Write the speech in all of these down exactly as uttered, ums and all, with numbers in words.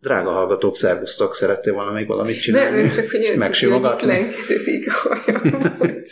Drága hallgatók, szervusztok, szerettél volna még valamit csinálni? Nem, csak hogy megsimogatni? Lenkedezik a hajam.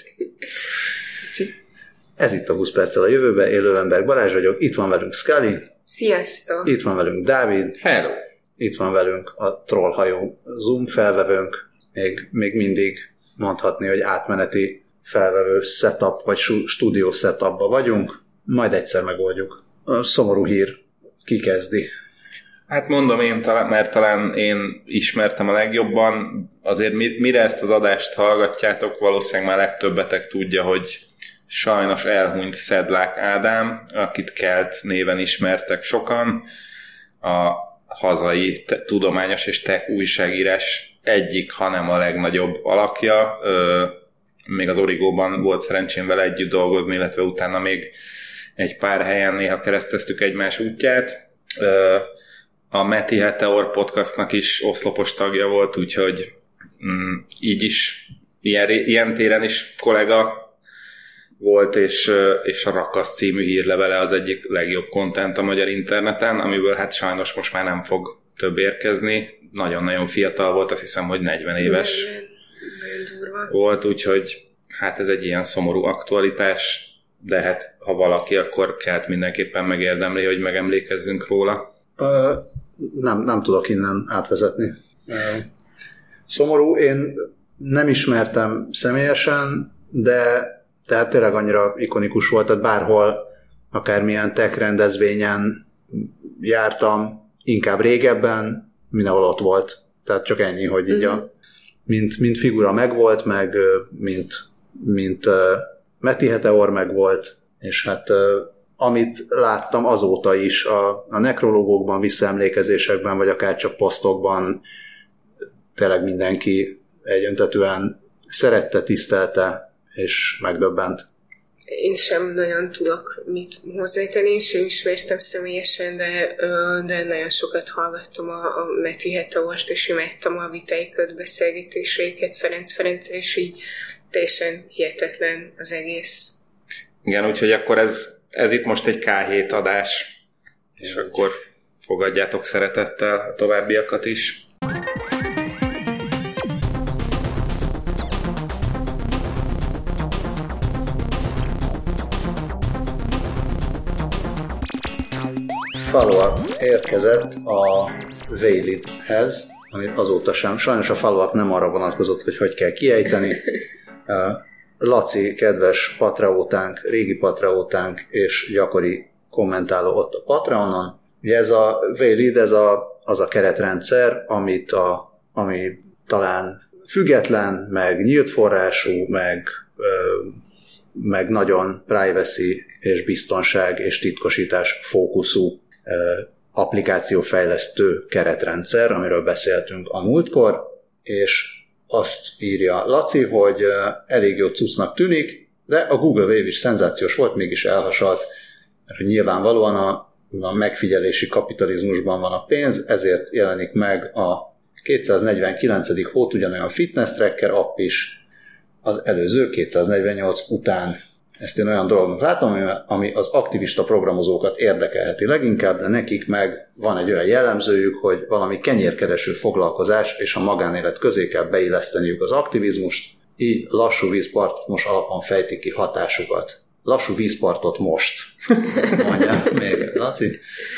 Ez itt a húsz perccel a jövőbe, én Löwenberg Balázs vagyok, itt van velünk Scully. Sziasztok! Itt van velünk Dávid. Hello! Itt van velünk a trollhajó Zoom felvevőnk. Még, még mindig mondhatni, hogy átmeneti felvevő setup vagy stúdió setupba vagyunk. Majd egyszer megoldjuk. A szomorú hír, ki kezdi? Hát mondom én, mert talán én ismertem a legjobban. Azért mire ezt az adást hallgatjátok, valószínűleg már legtöbbetek tudja, hogy sajnos elhunyt Szedlák Ádám, akit Kelt néven ismertek sokan. A hazai te- tudományos és tech újságírás egyik, hanem a legnagyobb alakja. Ö, még az Origóban volt szerencsém vele együtt dolgozni, illetve utána még egy pár helyen néha kereszteztük egymás útját. Ö, a Meti Heteor podcastnak is oszlopos tagja volt, úgyhogy mm, így is, ilyen, ilyen téren is kollega volt, és, és a Rakasz című hírlevele az egyik legjobb content a magyar interneten, amiből hát sajnos most már nem fog több érkezni. Nagyon-nagyon fiatal volt, azt hiszem, hogy negyven éves volt, úgyhogy hát ez egy ilyen szomorú aktualitás, de hát ha valaki, akkor Kelt mindenképpen megérdemli, hogy megemlékezzünk róla. Uh, nem, nem tudok innen átvezetni. Uh, szomorú, én nem ismertem személyesen, de tehát tényleg annyira ikonikus volt, tehát bárhol, akármilyen tech rendezvényen jártam, inkább régebben, mindenhol ott volt. Tehát csak ennyi, hogy így a, mint, mint figura megvolt, meg mint, mint uh, Meti Heteor megvolt, és hát uh, amit láttam azóta is a, a nekrológokban, visszaemlékezésekben, vagy akár csak posztokban, tényleg mindenki egyöntetően szerette, tisztelte, és megdöbbent. Én sem nagyon tudok mit hozzátenni, és én ismertem személyesen, de, de nagyon sokat hallgattam a, a Meti Heteort, és imádtam a vitáikat, beszélgetéseiket Ferenc Ferenccel, és így teljesen hihetetlen az egész. Igen, úgyhogy akkor ez, ez itt most egy ká hét adás, és Igen. akkor fogadjátok szeretettel a továbbiakat is. Follow-up érkezett a Veilidhez, ami azóta sem. Sajnos a follow-up nem arra vonatkozott, hogy hogy kell kiejteni. Laci, kedves patreótánk, régi patreótánk és gyakori kommentáló ott a Patreonon. Ugye ez a Veilid, ez a, az a keretrendszer, amit a, ami talán független, meg nyílt forrású, meg, meg nagyon privacy és biztonság és titkosítás fókuszú applikációfejlesztő keretrendszer, amiről beszéltünk a múltkor, és azt írja Laci, hogy elég jó cuccnak tűnik, de a Google Wave is szenzációs volt, mégis elhasalt, mert nyilvánvalóan a, a megfigyelési kapitalizmusban van a pénz, ezért jelenik meg a kétszáznegyvenkilencedik hót ugyanolyan fitness tracker app is az előző kétszáznegyvennyolc után. Ezt én olyan dolognak látom, ami az aktivista programozókat érdekelheti leginkább, de nekik meg van egy olyan jellemzőjük, hogy valami kenyérkereső foglalkozás és a magánélet közé kell beilleszteniük az aktivizmust, így lassú vízpartot most alapon fejtik ki hatásukat. Lassú vízpartot most, mondja még Laci.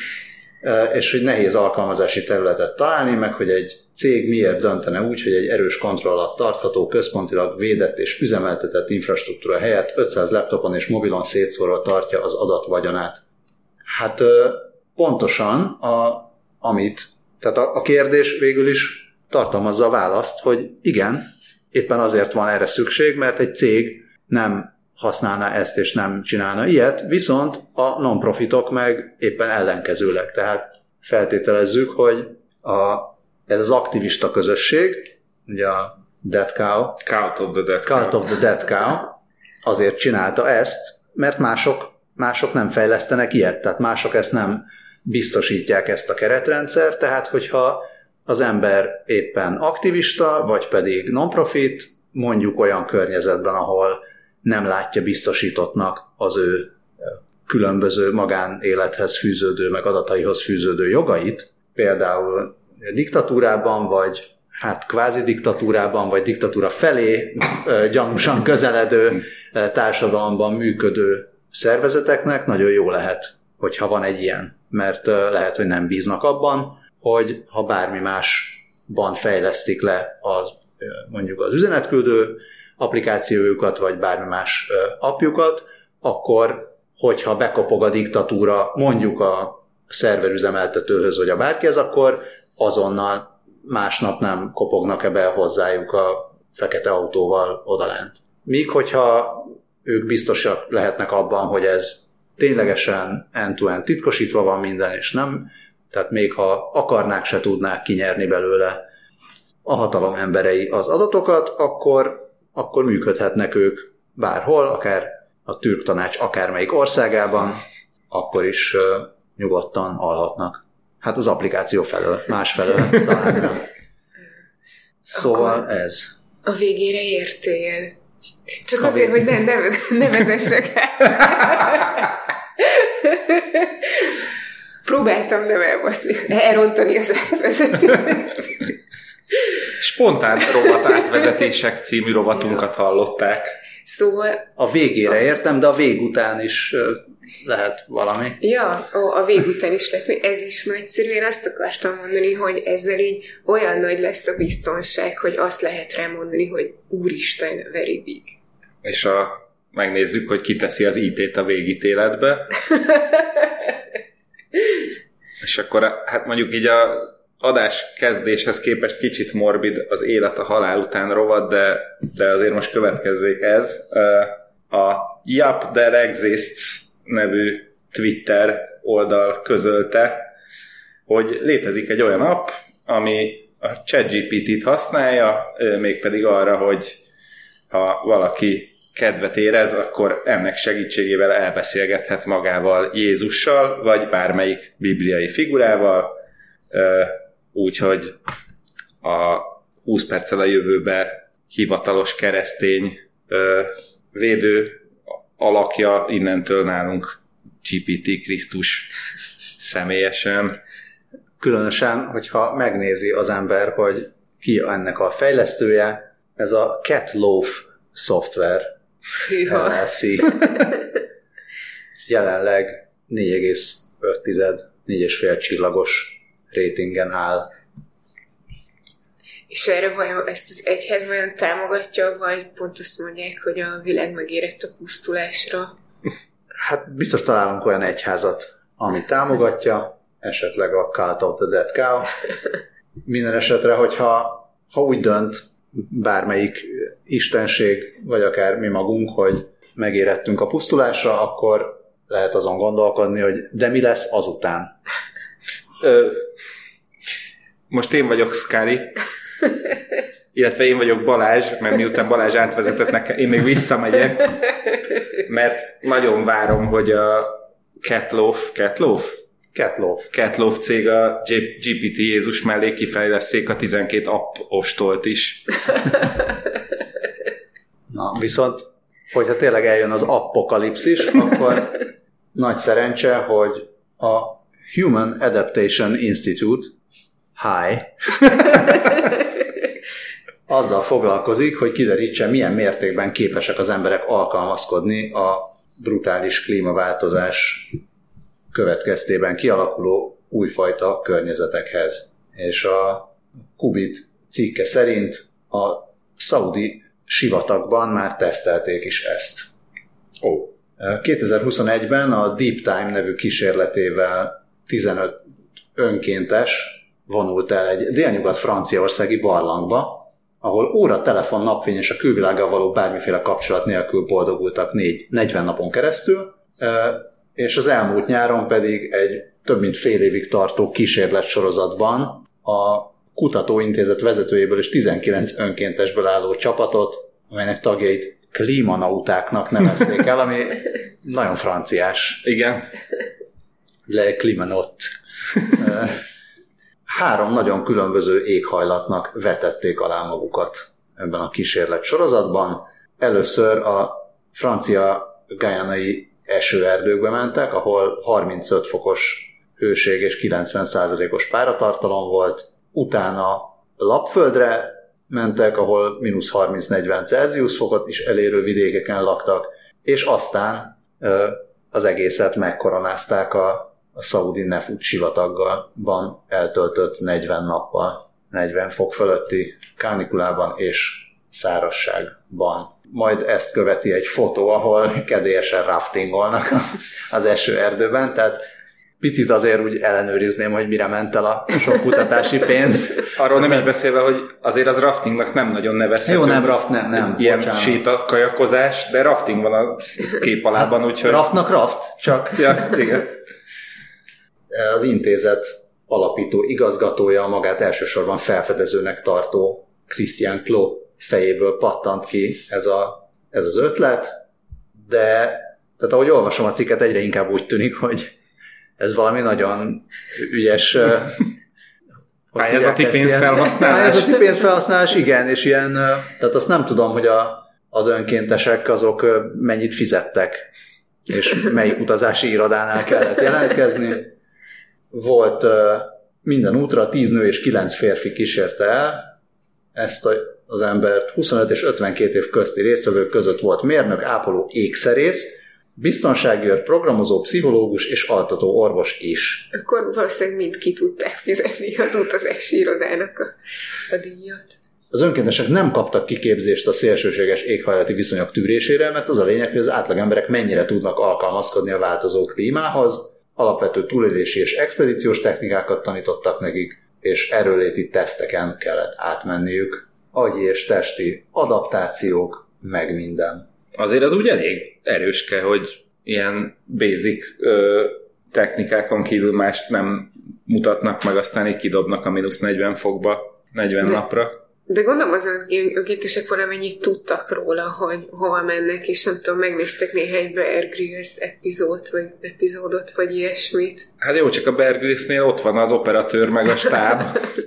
És hogy nehéz alkalmazási területet találni, meg hogy egy cég miért döntene úgy, hogy egy erős kontroll alatt tartható, központilag védett és üzemeltetett infrastruktúra helyett ötszáz laptopon és mobilon szétszórva tartja az adatvagyonát. Hát pontosan, a, amit, tehát a, a kérdés végül is tartalmazza a választ, hogy igen, éppen azért van erre szükség, mert egy cég nem használná ezt és nem csinálna ilyet, viszont a non-profitok meg éppen ellenkezőleg. Tehát feltételezzük, hogy a, ez az aktivista közösség, ugye a Dead Cow, Cult of the Dead Cow. Cult of the Dead Cow azért csinálta ezt, mert mások, mások nem fejlesztenek ilyet, tehát mások ezt nem biztosítják, ezt a keretrendszer, tehát hogyha az ember éppen aktivista, vagy pedig non-profit, mondjuk olyan környezetben, ahol nem látja biztosítottnak az ő különböző magánélethez fűződő, meg adataihoz fűződő jogait. Például diktatúrában, vagy hát kvázi diktatúrában, vagy diktatúra felé gyanúsan közeledő társadalomban működő szervezeteknek nagyon jó lehet, hogyha van egy ilyen, mert lehet, hogy nem bíznak abban, hogy ha bármi másban fejlesztik le az, mondjuk az üzenetküldő applikációjukat, vagy bármi más appjukat, akkor, hogyha bekopog a diktatúra mondjuk a szerverüzemeltetőhöz, vagy a bárkihez, akkor azonnal másnap nem kopognak-e be hozzájuk a fekete autóval odalent. Míg hogyha ők biztosak lehetnek abban, hogy ez ténylegesen end-to-end titkosítva van minden, és nem, tehát még ha akarnák, se tudnák kinyerni belőle a hatalom emberei az adatokat, akkor, akkor működhetnek ők bárhol, akár a türk tanács akármelyik országában, akkor is uh, nyugodtan alhatnak. Hát az applikáció felől, más felől talán nem. Szóval akkor ez. A végére értél. Csak a azért, vég... hogy ne, ne, ne vezessek el. Próbáltam nem elbaszni, elrontani az átvezetést. Spontán rovat átvezetések című rovatunkat hallották. Szóval... A végére azt... értem, de a vég után is lehet valami. Ja, a vég után is lehet. Ez is nagyszerű. Én azt akartam mondani, hogy ezzel így olyan nagy lesz a biztonság, hogy azt lehet rá mondani, hogy úristen, very big. És a, megnézzük, hogy ki teszi az í tét a végítéletbe. És akkor hát mondjuk így a adás kezdéshez képest kicsit morbid az élet a halál után rovat, de, de azért most következzék ez. A Yup, There Exists nevű Twitter oldal közölte, hogy létezik egy olyan app, ami a ChatGPT-t használja, mégpedig arra, hogy ha valaki kedvet érez, akkor ennek segítségével elbeszélgethet magával Jézussal, vagy bármelyik bibliai figurával, úgyhogy a húsz perccel a jövőbe hivatalos keresztény védő alakja innentől nálunk gé pé té Krisztus személyesen. Különösen, hogyha megnézi az ember, hogy ki ennek a fejlesztője, ez a Cat Loaf szoftver el el cé. Jelenleg négy egész öt négy egész öt csillagos rétingen áll. És erre vajon ezt az egyház vajon támogatja, vagy pont azt mondják, hogy a világ megérett a pusztulásra? Hát biztos találunk olyan egyházat, ami támogatja, esetleg a Cult of the Dead Cow. Minden esetre, hogyha ha úgy dönt bármelyik istenség, vagy akár mi magunk, hogy megérettünk a pusztulásra, akkor lehet azon gondolkodni, hogy de mi lesz azután. Ö, most én vagyok Scully, illetve én vagyok Balázs, mert miután Balázs átvezetett nekem, én még visszamegyek, mert nagyon várom, hogy a Catloaf, Catloaf? Catloaf. Catloaf cég a gé pé té Jézus mellé kifejleszték a tizenkét app ostolt is. Na, viszont, hogyha tényleg eljön az appokalipszis, akkor nagy szerencse, hogy a Human Adaptation Institute, Hi, azzal foglalkozik, hogy kiderítse, milyen mértékben képesek az emberek alkalmazkodni a brutális klímaváltozás következtében kialakuló újfajta környezetekhez. És a Kubit cikke szerint a szaudi sivatagban már tesztelték is ezt. Oh. kétezer-huszonegyben a Deep Time nevű kísérletével tizenöt önkéntes vonult el egy délnyugat franciaországi barlangba, ahol óra, telefon, napfény és a külvilággal való bármiféle kapcsolat nélkül boldogultak négy, negyven napon keresztül, és az elmúlt nyáron pedig egy több mint fél évig tartó kísérletsorozatban a kutatóintézet vezetőjéből és tizenkilenc önkéntesből álló csapatot, amelynek tagjait klímanautáknak nevezték el, ami nagyon franciás. Igen. Le Climanot. Három nagyon különböző éghajlatnak vetették alá magukat ebben a kísérlet sorozatban. Először a francia guyanai esőerdőkbe mentek, ahol harmincöt fokos hőség és kilencven százalékos páratartalom volt. utána Lapföldre mentek, ahol mínusz harminc-negyven Celsius fokot is elérő vidékeken laktak, és aztán az egészet megkoronázták a, a szaudi Nefut sivatagban eltöltött negyven nappal, negyven fok fölötti kánikulában és szárazságban. Majd ezt követi egy fotó, ahol kedélyesen raftingolnak az esőerdőben, tehát picit azért úgy ellenőrizném, hogy mire ment el a sok kutatási pénz. Arról nem is beszélve, hogy azért az raftingnak nem nagyon nevezhető. Jó, nem raft, nem, nem. Ilyen séta, kajakozás, de rafting van a kép alában, hát, úgyhogy... Raftnak raft, csak... Ja, igen. Az intézet alapító igazgatója, magát elsősorban felfedezőnek tartó Christian Clot fejéből pattant ki ez, a, ez az ötlet, de tehát ahogy olvasom a cikket, egyre inkább úgy tűnik, hogy ez valami nagyon ügyes pályázati pénzfelhasználás. Pályázati pénzfelhasználás, igen, és ilyen, tehát azt nem tudom, hogy a, az önkéntesek azok mennyit fizettek, és melyik utazási irodánál kellett jelentkezni. Volt minden útra tíz nő és kilenc férfi kísérte el ezt a, az embert, huszonöt és ötvenkét év közti résztvevők között volt mérnök, ápoló, ékszerész, biztonságőr, programozó, pszichológus és altató orvos is. Akkor valószínűleg mind ki tudták fizetni az utazási irodának a, a díjat. Az önkéntesek nem kaptak kiképzést a szélsőséges éghajlati viszonyok tűrésére, mert az a lényeg, hogy az átlag emberek mennyire tudnak alkalmazkodni a változó klímához, alapvető túlélési és expedíciós technikákat tanítottak nekik, és erőléti teszteken kellett átmenniük. Agyi és testi adaptációk, meg minden. Azért az úgy elég erőske, hogy ilyen basic ö, technikákon kívül mást nem mutatnak meg, aztán így kidobnak a mínusz negyven fokba, negyven de, napra. De gondolom az önkéntesek valamennyit tudtak róla, hogy hova mennek, és nem tudom, megnéztek néhány Bear Grylls epizód, vagy epizódot, vagy ilyesmit. Hát jó, csak a Bear Grylls-nél ott van az operatőr, meg a stáb.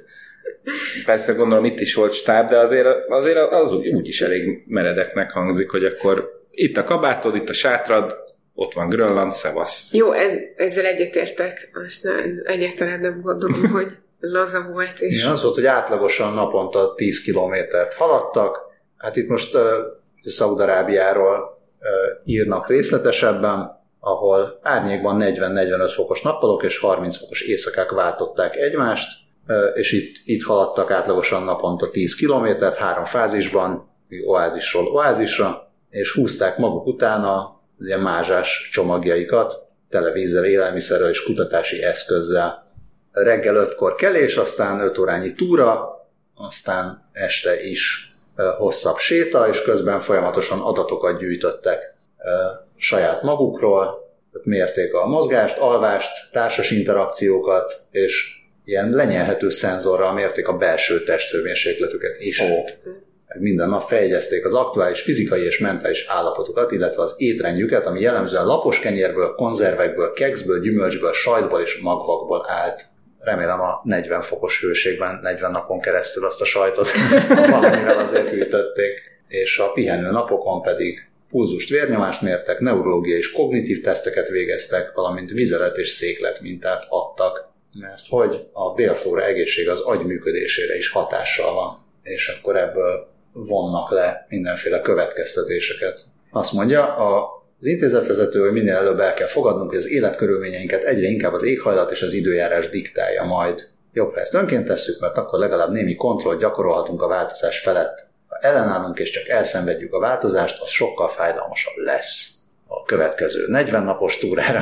Persze gondolom itt is volt stáb, de azért, azért az úgy, úgy is elég meredeknek hangzik, hogy akkor itt a kabátod, itt a sátrad, ott van Grönland, szevasz. Jó, ezzel egyetértek, azt nem, egyáltalán nem gondolom, hogy laza volt. És... Ja, az volt, hogy átlagosan naponta tíz kilométert haladtak. Hát itt most uh, Szaúd-Arábiáról uh, írnak részletesebben, ahol árnyékban negyven-negyvenöt fokos nappalok és harminc fokos éjszakák váltották egymást, és itt, itt haladtak átlagosan naponta tíz kilométert, három fázisban, oázisról oázisra, és húzták maguk utána ilyen mázsás csomagjaikat, tele vízzel, élelmiszerrel és kutatási eszközzel. Reggel ötkor kelés, aztán öt órányi túra, aztán este is hosszabb séta, és közben folyamatosan adatokat gyűjtöttek saját magukról, mérték a mozgást, alvást, társas interakciókat, és ilyen lenyelhető szenzorral mérték a belső testhőmérsékletüket is. Oh. Minden nap feljegyezték az aktuális fizikai és mentális állapotukat, illetve az étrendjüket, ami jellemzően lapos kenyérből, konzervekből, kekszből, gyümölcsből, sajtból és magvakból állt. Remélem a negyven fokos hőségben negyven napon keresztül azt a sajtot valamivel azért ütötték. És a pihenő napokon pedig pulzust, vérnyomást mértek, neurológiai és kognitív teszteket végeztek, valamint vizelet és széklet mintát adtak, mert hogy a bélflóra egészség az agy működésére is hatással van, és akkor ebből vonnak le mindenféle következtetéseket. Azt mondja, az intézetvezető, hogy minél előbb el kell fogadnunk, hogy az életkörülményeinket egyre inkább az éghajlat és az időjárás diktálja majd. Jobb, ha ezt önként tesszük, mert akkor legalább némi kontrollt gyakorolhatunk a változás felett. Ha ellenállunk és csak elszenvedjük a változást, az sokkal fájdalmasabb lesz a következő negyven napos túrára.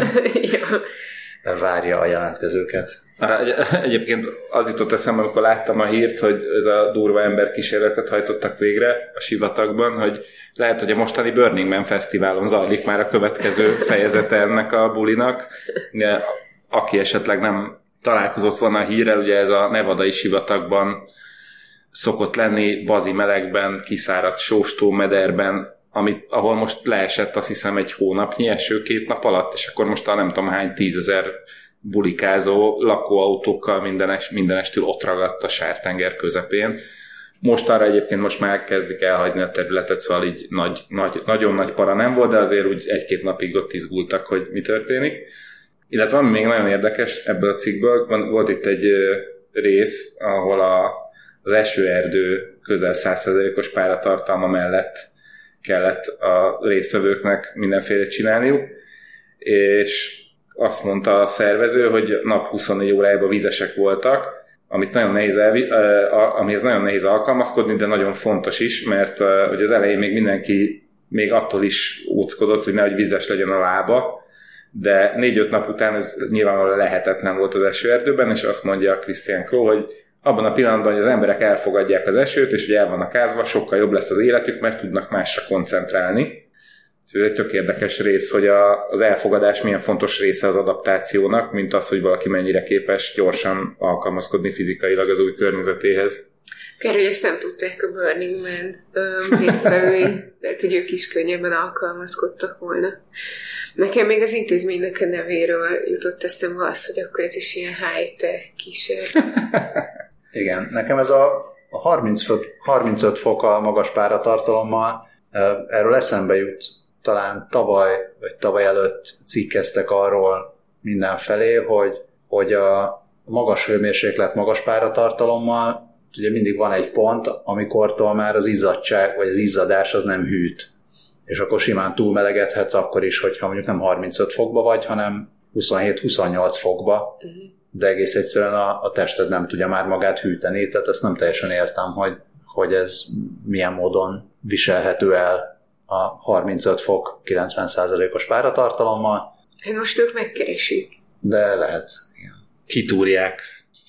Várja a jelentkezőket. Egyébként az jutott eszembe, amikor láttam a hírt, hogy ez a durva emberkísérletet hajtottak végre a sivatagban, hogy lehet, hogy a mostani Burning Man fesztiválon zajlik már a következő fejezete ennek a bulinak. Aki esetleg nem találkozott volna a hírrel, ugye ez a nevadai sivatagban szokott lenni, bazi melegben, kiszáradt sóstó mederben, amit, ahol most leesett azt hiszem egy hónapnyi eső két nap alatt, és akkor most a nem tudom hány tízezer bulikázó lakóautókkal mindenes, mindenestül ott ragadt a Sártenger közepén. Most arra egyébként most már kezdik elhagyni a területet, szóval így nagy, nagy, nagyon nagy para nem volt, de azért úgy egy-két napig ott izgultak, hogy mi történik. Illetve ami még nagyon érdekes ebből a cikkből, van, volt itt egy rész, ahol a, az esőerdő közel száz százalékos páratartalma mellett kellett a résztvevőknek mindenféle csinálniuk, és azt mondta a szervező, hogy nap huszonnégy órájában vizesek voltak, amit nagyon nehéz elvi, amihez nagyon nehéz alkalmazkodni, de nagyon fontos is, mert hogy az elején még mindenki még attól is óckodott, hogy nehogy vizes legyen a lába, de négy-öt nap után ez nyilvánvalóan lehetetlen volt az esőerdőben, és azt mondja Christian Crow, hogy abban a pillanatban, hogy az emberek elfogadják az esőt, és hogy el vannak ázva, sokkal jobb lesz az életük, mert tudnak másra koncentrálni. Ez egy tök érdekes rész, hogy a, az elfogadás milyen fontos része az adaptációnak, mint az, hogy valaki mennyire képes gyorsan alkalmazkodni fizikailag az új környezetéhez. Kár, hogy ezt nem tudták a Burning Man résztvevői, tehát hogy ők is könnyebben alkalmazkodtak volna. Nekem még az intézménynek a nevéről jutott eszembe az, hogy akkor ez is ilyen high-tech kísérlet. Igen, nekem ez a harmincöt fokkal magas páratartalommal, erről eszembe jut, talán tavaly, vagy tavaly előtt cikkeztek arról mindenfelé, hogy, hogy a magas hőmérséklet, magas páratartalommal ugye mindig van egy pont, amikortól már az izzadság, vagy az izzadás az nem hűt. És akkor simán túlmelegedhetsz akkor is, hogyha mondjuk nem harmincöt fokba vagy, hanem huszonhét-huszonnyolc fokba, de egész egyszerűen a, a tested nem tudja már magát hűteni, tehát ezt nem teljesen értem, hogy, hogy ez milyen módon viselhető el a harmincöt fok kilencven százalékos páratartalommal. Hát most ők megkeresik. De lehet, igen. Kitúrják.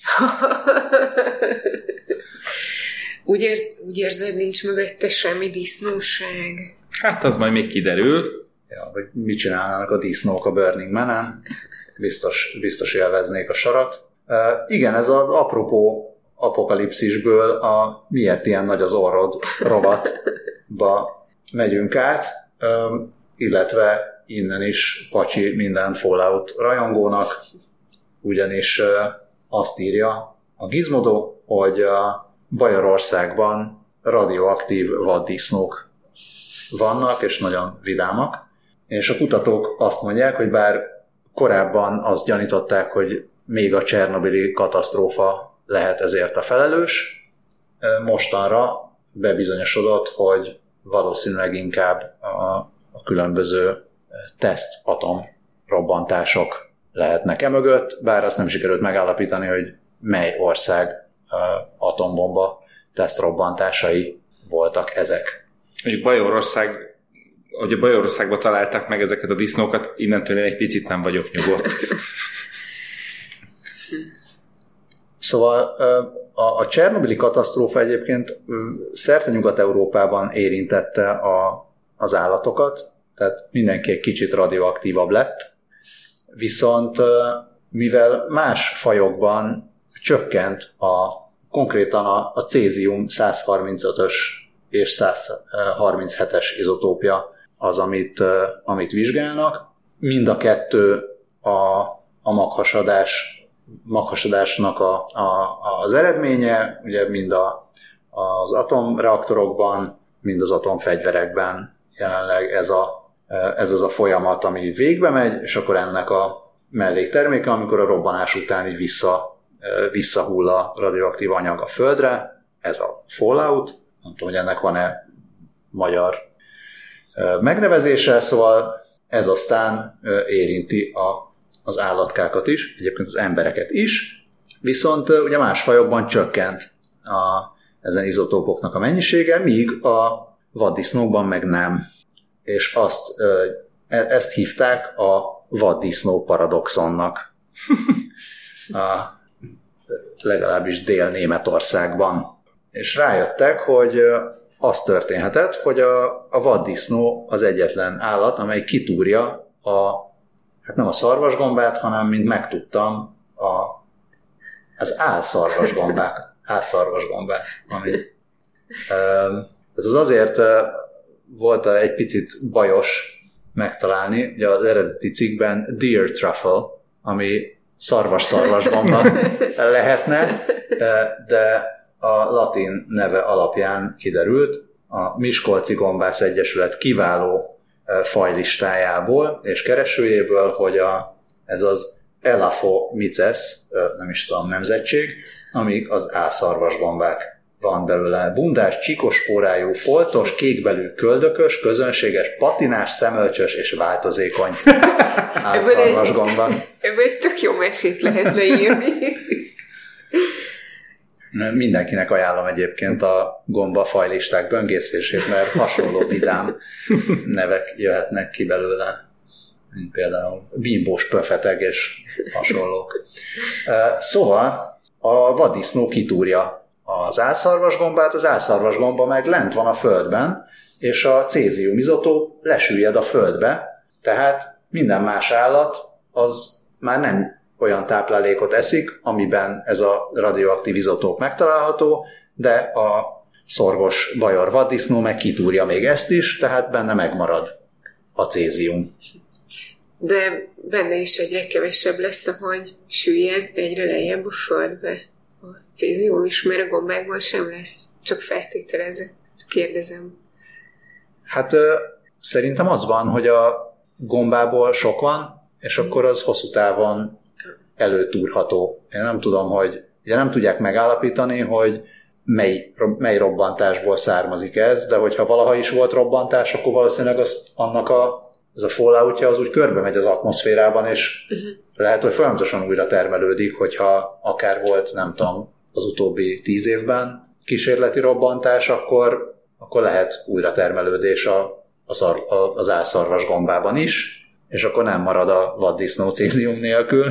úgy, ér, úgy érzed, nincs mögötte semmi disznóság? Hát az majd még kiderül. Ja, vagy mit csinálnának a disznók a Burning Man-en? Biztos, biztos élveznék a sarat. Uh, igen, ez az apropó apokalipszisből a miért ilyen nagy az orrod rovatba megyünk át, um, illetve innen is pacsi minden Fallout rajongónak, ugyanis uh, azt írja a Gizmodo, hogy uh, Bajorországban radioaktív vaddisznók vannak, és nagyon vidámak, és a kutatók azt mondják, hogy bár korábban azt gyanították, hogy még a csernobili katasztrófa lehet ezért a felelős, mostanra bebizonyosodott, hogy valószínűleg inkább a, a különböző teszt atom robbantások lehetnek e mögött, bár azt nem sikerült megállapítani, hogy mely ország atombomba tesztrobbantásai voltak ezek. Mondjuk Bajorország, hogy a Bajorországban találták meg ezeket a disznókat, innentől én egy picit nem vagyok nyugodt. Szóval a, a csernobili katasztrófa egyébként szerte Nyugat-Európában érintette a, az állatokat, tehát mindenki egy kicsit radioaktívabb lett, viszont mivel más fajokban csökkent a, konkrétan a, a cézium száz harmincötös és száz harminchetes izotópja az, amit, amit vizsgálnak. Mind a kettő a, a maghasadás, maghasadásnak a, a, az eredménye, ugye mind a, az atomreaktorokban, mind az atomfegyverekben jelenleg ez, a, ez az a folyamat, ami végbe megy, és akkor ennek a mellékterméke, amikor a robbanás után így vissza, visszahull a radioaktív anyag a Földre, ez a Fallout. Nem tudom, hogy ennek van-e magyar megnevezése, szóval ez aztán érinti a, az állatkákat is, egyébként az embereket is, viszont ugye más fajokban csökkent a, ezen izotópoknak a mennyisége, míg a vaddisznókban meg nem. És azt, ezt hívták a vaddisznó paradoxonnak. A, legalábbis Dél-Németországban. És rájöttek, hogy az történhetett, hogy a, a vaddisznó az egyetlen állat, amely kitúrja a, hát nem a szarvasgombát, hanem, mint megtudtam, a, az álszarvasgombák, álszarvasgombát. Ami, tehát az azért volt egy picit bajos megtalálni, ugye az eredeti cikkben deer truffle, ami szarvas-szarvasgomba lehetne, de a latin neve alapján kiderült a Miskolci Gombász Egyesület kiváló fajlistájából és keresőjéből, hogy a, ez az Elaphomyces, nem is tudom, nemzetség, amik az álszarvasgombák. Van belőle bundás, csikos pórájú, foltos, kékbelű, köldökös, közönséges, patinás, szemölcsös és változékony álszarvasgomba. Ebből egy tök jó mesét lehet leírni. Mindenkinek ajánlom egyébként a gombafajlisták böngészését, mert hasonló vidám nevek jöhetnek ki belőle, mint például bimbós pöfeteg és hasonlók. Szóval a vaddisznó kitúrja az álszarvasgombát, az álszarvasgomba meg lent van a földben, és a céziumizotó lesüllyed a földbe, tehát minden más állat az már nem olyan táplálékot eszik, amiben ez a radioaktív izotóp megtalálható, de a szorgos bajor vaddisznó meg kitúrja még ezt is, tehát benne megmarad a cézium. De benne is egyre kevesebb lesz, ahogy süllyed egyre lejjebb a földbe. A cézium is, mert a gombákban sem lesz. Csak feltételezek, kérdezem. Hát ö, szerintem az van, hogy a gombából sok van, és akkor az hosszú távon előtúrható. Én nem tudom, hogy ugye nem tudják megállapítani, hogy mely, mely robbantásból származik ez, de hogyha valaha is volt robbantás, akkor valószínűleg az, annak a, az a falloutja az úgy körbe megy az atmoszférában, és uh-huh. lehet, hogy folyamatosan újra termelődik, hogyha akár volt, nem tudom, az utóbbi tíz évben kísérleti robbantás, akkor, akkor lehet újra termelődés a, a szar, a, az álszarvas gombában is, és akkor nem marad a vaddisznó cézium nélkül.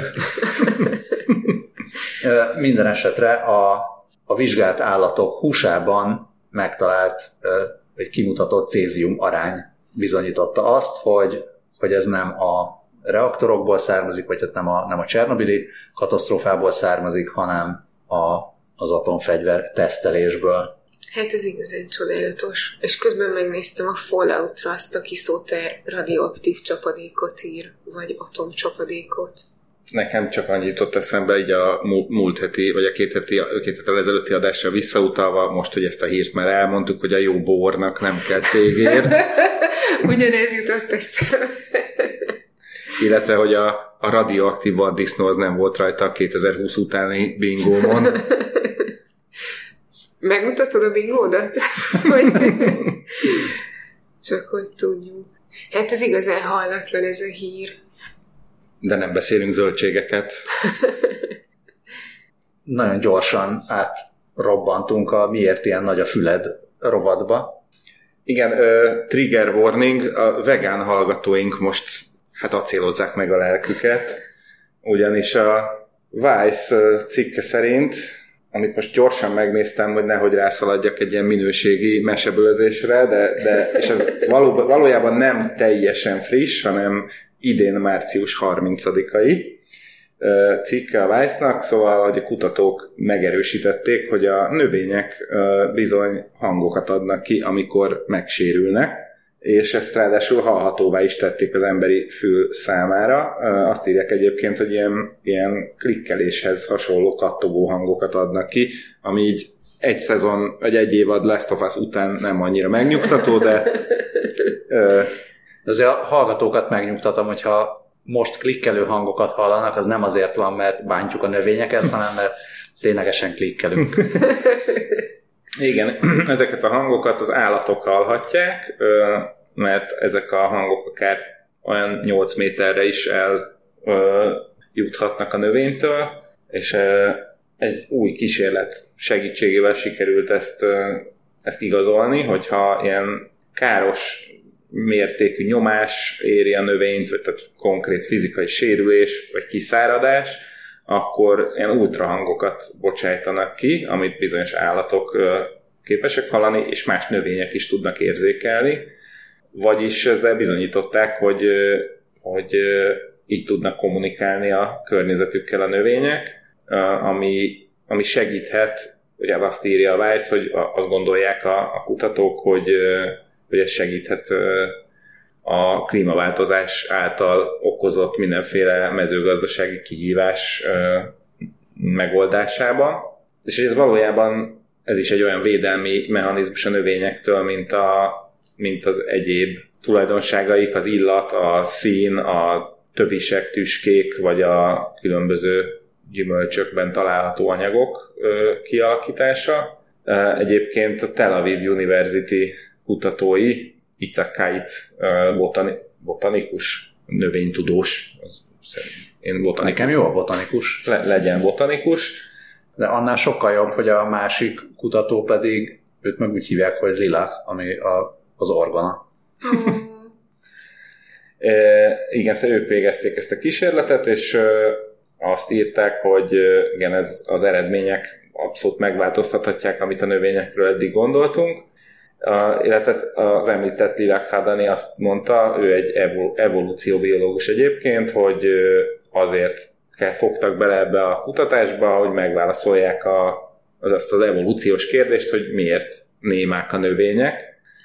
Minden esetre a, a vizsgált állatok húsában megtalált, vagy kimutatott cézium arány bizonyította azt, hogy, hogy ez nem a reaktorokból származik, vagy hát nem a, nem a Csernobili katasztrófából származik, hanem a, az atomfegyver tesztelésből. Hát ez igazán csodálatos. És közben megnéztem a Falloutra azt, aki szóter radioaktív csapadékot ír, vagy atomcsapadékot. Nekem csak annyit jutott eszembe, így a múlt heti, vagy a két heti, két héttel ezelőtti adásra visszautalva, most, hogy ezt a hírt már elmondtuk, hogy a jó bornak nem kell cégér. Ugyanez jutott eszembe. Illetve, hogy a, a radioaktív vaddisznó az nem volt rajta a kétezer-húsz utáni bingómon. Megmutatod a bingódat? Vagy... Csak hogy tudjuk. Hát ez igazán hallatlan ez a hír. De nem beszélünk zöldségeket. Nagyon gyorsan átrobbantunk a miért ilyen nagy a füled rovatba. Igen, uh, trigger warning, a vegán hallgatóink most hát acélozzák meg a lelküket, ugyanis a Vice cikke szerint, amit most gyorsan megnéztem, hogy nehogy rászaladjak egy ilyen minőségi mesebőzésre, de, de és ez való, valójában nem teljesen friss, hanem idén március harmincadikai cikke a Vice-nak, szóval hogy a kutatók megerősítették, hogy a növények bizony hangokat adnak ki, amikor megsérülnek, és ezt ráadásul hallhatóvá is tették az emberi fül számára. Azt írják egyébként, hogy ilyen, ilyen klikkeléshez hasonló kattogó hangokat adnak ki, ami így egy szezon, vagy egy évad Last of Us után nem annyira megnyugtató, de... Azért a hallgatókat megnyugtatom, hogyha most klikkelő hangokat hallanak, az nem azért van, mert bántjuk a növényeket, hanem mert ténylegesen klikkelünk. Igen, ezeket a hangokat az állatok hallhatják, mert ezek a hangok akár olyan nyolc méterre is eljuthatnak a növénytől, és egy új kísérlet segítségével sikerült ezt, ezt igazolni, hogyha ilyen káros mértékű nyomás éri a növényt, vagy tehát konkrét fizikai sérülés, vagy kiszáradás, akkor ilyen ultrahangokat bocsájtanak ki, amit bizonyos állatok képesek hallani, és más növények is tudnak érzékelni. Vagyis ezzel bizonyították, hogy, hogy így tudnak kommunikálni a környezetükkel a növények, ami, ami segíthet, ugye azt írja a Vice, hogy azt gondolják a, a kutatók, hogy, hogy ez segíthet a klímaváltozás által okozott mindenféle mezőgazdasági kihívás megoldásában. És ez valójában ez is egy olyan védelmi mechanizmus a növényektől, mint, a, mint az egyéb tulajdonságaik, az illat, a szín, a tövisek, tüskék, vagy a különböző gyümölcsökben található anyagok kialakítása. Egyébként a Tel Aviv University kutatói, Itzhak Kait botani, botanikus, növénytudós, én botanikus. Nekem jó a botanikus. Le, legyen botanikus. De annál sokkal jobb, hogy a másik kutató pedig, őt meg úgy hívják, hogy Lilach, ami a, az orgona. e, igen, szóval ők végezték ezt a kísérletet, és e, azt írták, hogy igen, ez, az eredmények abszolút megváltoztathatják, amit a növényekről eddig gondoltunk. A, illetve az említett Lilach Hadani azt mondta, ő egy evolúcióbiológus egyébként, hogy azért fogtak bele ebbe a kutatásba, hogy megválaszolják a, az azt az evolúciós kérdést, hogy miért némák a növények,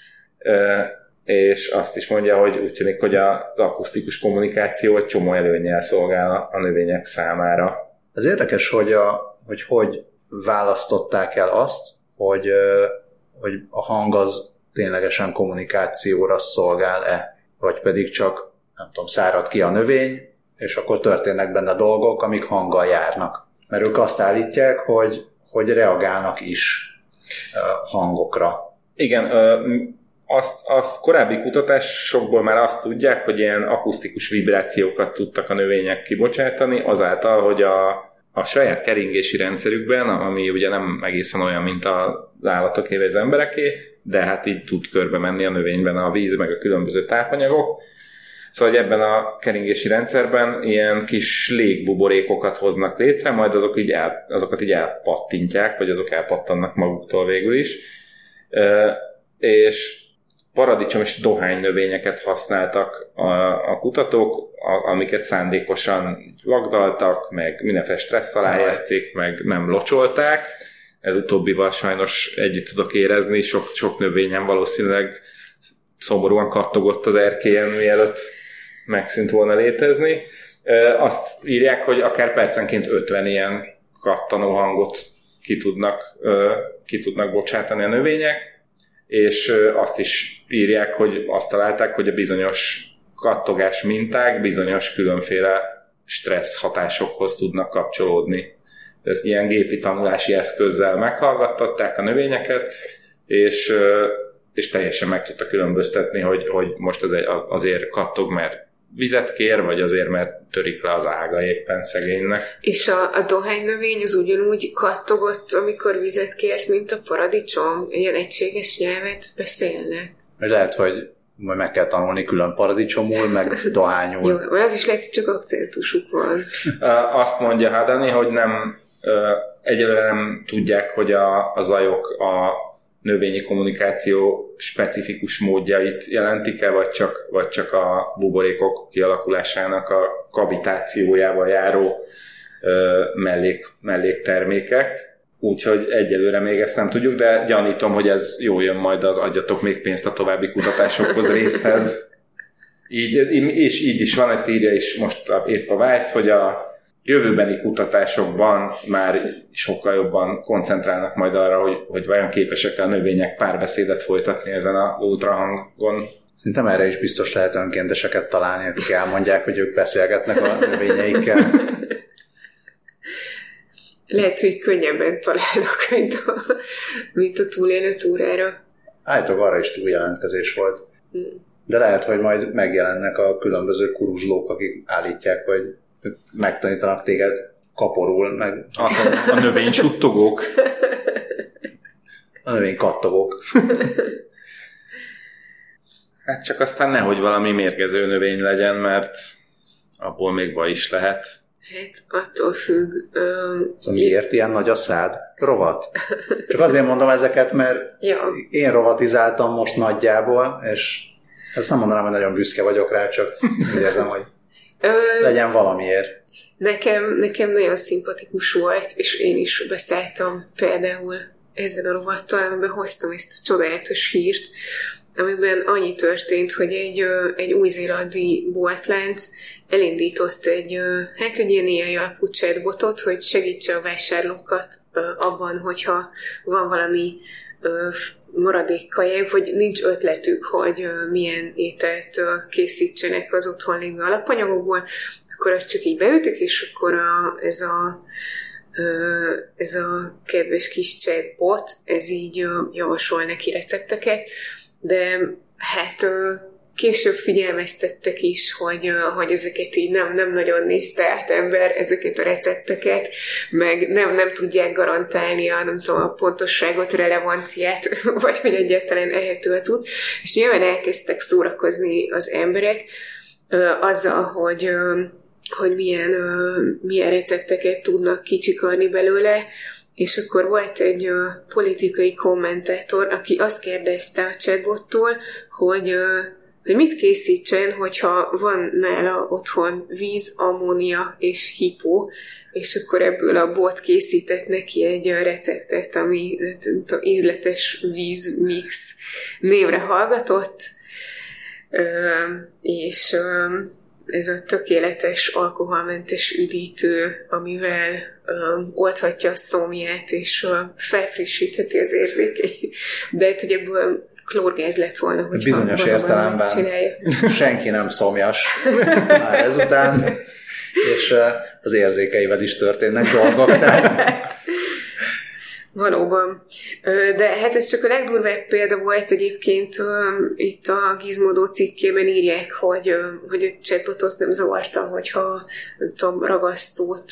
e, és azt is mondja, hogy úgy tűnik, hogy az akusztikus kommunikáció egy csomó előnnyel szolgál a, a növények számára. Ez érdekes, hogy, a, hogy hogy választották el azt, hogy, hogy a hang az ténylegesen kommunikációra szolgál-e, vagy pedig csak, nem tudom, szárad ki a növény, és akkor történnek benne dolgok, amik hanggal járnak. Mert ők azt állítják, hogy, hogy reagálnak is hangokra. Igen, azt, azt korábbi kutatásokból már azt tudják, hogy ilyen akusztikus vibrációkat tudtak a növények kibocsátani, azáltal, hogy a, a saját keringési rendszerükben, ami ugye nem egészen olyan, mint az állatoké vagy az embereké, de hát így tud körbe menni a növényben a víz, meg a különböző tápanyagok. Szóval, hogy ebben a keringési rendszerben ilyen kis légbuborékokat hoznak létre, majd azok így el, azokat így elpattintják, vagy azok elpattannak maguktól végül is. E, és paradicsom és dohány növényeket használtak a, a kutatók, a, amiket szándékosan vagdaltak, meg mindenféle stressz alá helyezték, meg nem locsolták. Ez utóbbival sajnos együtt tudok érezni, sok, sok növényen valószínűleg szomorúan kattogott az erkélyen, mielőtt megszűnt volna létezni. Azt írják, hogy akár percenként ötven ilyen kattanó hangot ki tudnak, ki tudnak bocsátani a növények, és azt is írják, hogy azt találták, hogy a bizonyos kattogás minták bizonyos különféle stressz hatásokhoz tudnak kapcsolódni. Ez ilyen gépi tanulási eszközzel meghallgattatták a növényeket, és, és teljesen meg tudta különböztetni, hogy, hogy most az egy, azért kattog, mert vizet kér, vagy azért, mert törik le az ága éppen szegénynek. És a, a dohánynövény az ugyanúgy kattogott, amikor vizet kért, mint a paradicsom? Ilyen egységes nyelvet beszélnek? Lehet, hogy majd meg kell tanulni külön paradicsomul, meg dohányul. Jó, vagy az is lehet, hogy csak akcentusuk van. Azt mondja Hadani, hogy nem, egyelőre nem tudják, hogy a, a zajok a növényi kommunikáció specifikus módjait jelentik-e, vagy csak, vagy csak a buborékok kialakulásának a kavitációjával járó ö, mellék, melléktermékek. Úgyhogy egyelőre még ezt nem tudjuk, de gyanítom, hogy ez jól jön majd az adjatok még pénzt a további kutatásokhoz részhez. Így, és így is van, ezt írja is most épp a Vice, hogy a jövőbeni kutatásokban már sokkal jobban koncentrálnak majd arra, hogy, hogy vajon képesek a növények párbeszédet folytatni ezen a ultrahangon. Szerintem erre is biztos lehet önkénteseket találni, akik elmondják, hogy ők beszélgetnek a növényeikkel. Lehet, hogy könnyebben találnak, mint a, mint a túlélő túrára. Állítólag arra is túljelentkezés volt. De lehet, hogy majd megjelennek a különböző kuruzslók, akik állítják, hogy megtanítanak téged kaporul, meg a, a növény suttogók. A növény kattogók. Hát csak aztán nehogy valami mérgező növény legyen, mert abból még baj is lehet. Hát attól függ. Um, szóval miért ilyen nagy a szád? Rovat. Csak azért mondom ezeket, mert ja. Én rovatizáltam most nagyjából, és ezt nem mondanám, hogy nagyon büszke vagyok rá, csak érzem, hogy legyen valamiért. Nekem, nekem nagyon szimpatikus volt, és én is beszálltam például ezzel a rovattal, amiben hoztam ezt a csodálatos hírt, amiben annyi történt, hogy egy, egy új-zélandi boltlánc elindított egy, hát egy ilyen ilyen alapú chatbotot, hogy segítse a vásárlókat abban, hogyha van valami maradék kaják, vagy nincs ötletük, hogy milyen ételt készítsenek az otthon lévő alapanyagokból, akkor azt csak így beütök, és akkor a, ez a ez a kedves kis chatbot, ez így javasol neki recepteket, de hát később figyelmeztettek is, hogy, hogy ezeket így nem, nem nagyon nézte át ember, ezeket a recepteket, meg nem, nem tudják garantálni a, nem tudom, a pontosságot, relevanciát, vagy hogy egyáltalán ehető a cucc. És nyilván elkezdtek szórakozni az emberek azzal, hogy hogy milyen, milyen recepteket tudnak kicsikarni belőle, és akkor volt egy politikai kommentátor, aki azt kérdezte a chatbottól, hogy, hogy mit készítsen, hogyha van nála otthon víz, ammónia és hipó, és akkor ebből a bot készített neki egy receptet, ami ízletes vízmix névre hallgatott, és ez a tökéletes alkoholmentes üdítő, amivel um, oldhatja a szomját, és uh, felfrissítheti az érzékeit. De hát, hogy ebből klórgáz lett volna, hogy bizonyos értelemben senki nem szomjas már ezután, és uh, az érzékeivel is történnek dolgok. Tehát... Valóban. De hát ez csak a legdurvább példa volt egyébként, itt a Gizmodo cikkében írják, hogy, hogy a chatbotot nem zavarta, hogyha nem tudom, ragasztót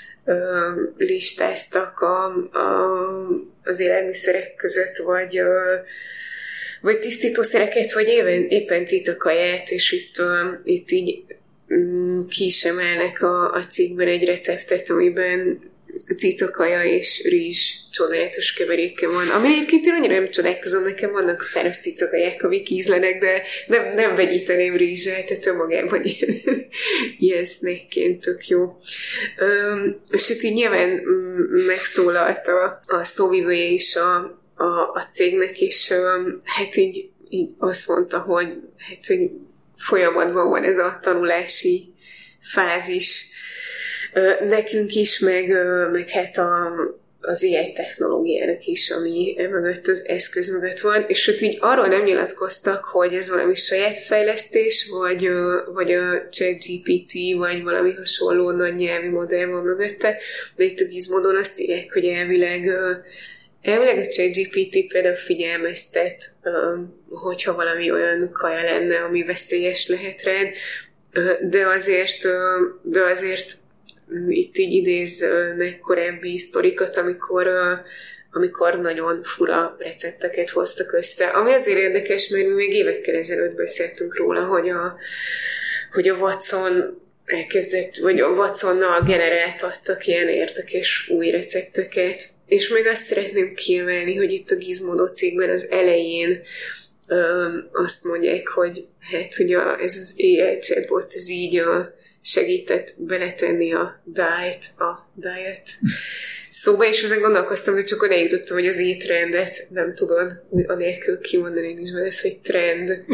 listáztak a, a, az élelmiszerek között, vagy, vagy tisztítószereket, vagy éppen, éppen cicakaját, és itt, itt így ki is emelnek a, a cikkben egy receptet, amiben cicakaja és rizs csodálatos keveréke van. Ami egyébként én annyira nem csodálkozom, nekem vannak száraz cicakaják, amik ízlenek, de nem, nem vegyíteném rizssel, tehát önmagában ilyen, ilyen snackként tök jó. Üm, és itt így nyilván megszólalt a, a szóvivője is a, a, a cégnek, és um, hát így, így azt mondta, hogy, hát, hogy folyamatban van ez a tanulási fázis, nekünk is, meg, meg hát a, az á i technológiának is, ami emögött az eszköz mögött van, és ott így arról nem nyilatkoztak, hogy ez valami saját fejlesztés, vagy, vagy a ChatGPT, vagy valami hasonló nagy nyelvi modell van mögötte, de itt a Gizmodon azt írják, hogy elvileg Elvileg a ChatGPT például figyelmeztet, hogyha valami olyan kaja lenne, ami veszélyes lehet rád, de azért, de azért itt így idéznek korábbi sztorikat, amikor, amikor nagyon fura recepteket hoztak össze. Ami azért érdekes, mert mi még évekkel ezelőtt beszéltünk róla, hogy a, hogy a Watson elkezdett, vagy a Watsonnal generáltattak ilyen érdekes új recepteket. És még azt szeretném kiemelni, hogy itt a Gizmodo cikkben az elején öm, azt mondják, hogy hát, hogy a, ez az á i chatbot, ez így a, segített beletenni a diet, a diet szóba, és ezen gondolkoztam, hogy csak odaig tudtam, hogy az étrendet nem tudod anélkül kimondani, nincs benne ez, hogy trend.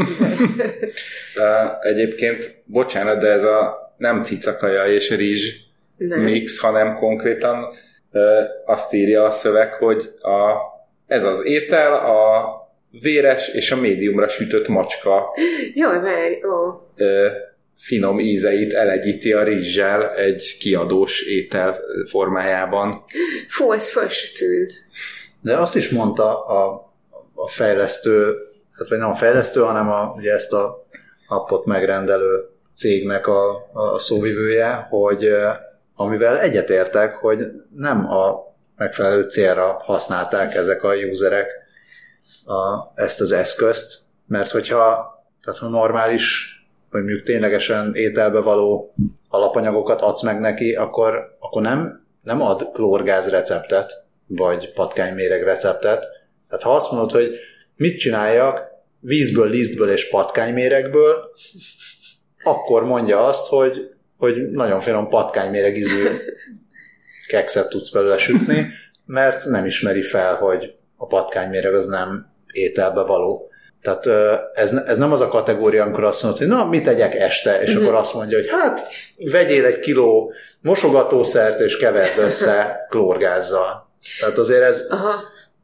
De... Egyébként, bocsánat, de ez a nem cicakaja és rizs nem. mix, hanem konkrétan azt írja a szöveg, hogy a, ez az étel a véres és a médiumra sütött macska Jaj, várj, ó. finom ízeit elegyíti a rizssel egy kiadós étel formájában. Fú, ez föl se tűnt. De azt is mondta a, a fejlesztő, hát vagy nem a fejlesztő, hanem a, ugye ezt a appot megrendelő cégnek a, a szóvivője, hogy amivel egyetértek, hogy nem a megfelelő célra használták ezek a userek a, ezt az eszközt, mert hogyha tehát ha normális, vagy mondjuk ténylegesen ételbe való alapanyagokat adsz meg neki, akkor, akkor nem, nem ad klórgáz receptet, vagy patkányméreg receptet. Tehát ha azt mondod, hogy mit csináljak vízből, lisztből és patkányméregből, akkor mondja azt, hogy hogy nagyon finom patkányméregízű kekszet tudsz belőle sütni, mert nem ismeri fel, hogy a patkányméreg az nem ételbe való. Tehát ez, ez nem az a kategória, amikor azt mondod, hogy na, mit tegyek este, és mm-hmm. akkor azt mondja, hogy hát vegyél egy kiló mosogatószert, és keverd össze klórgázzal. Tehát azért ez... Aha.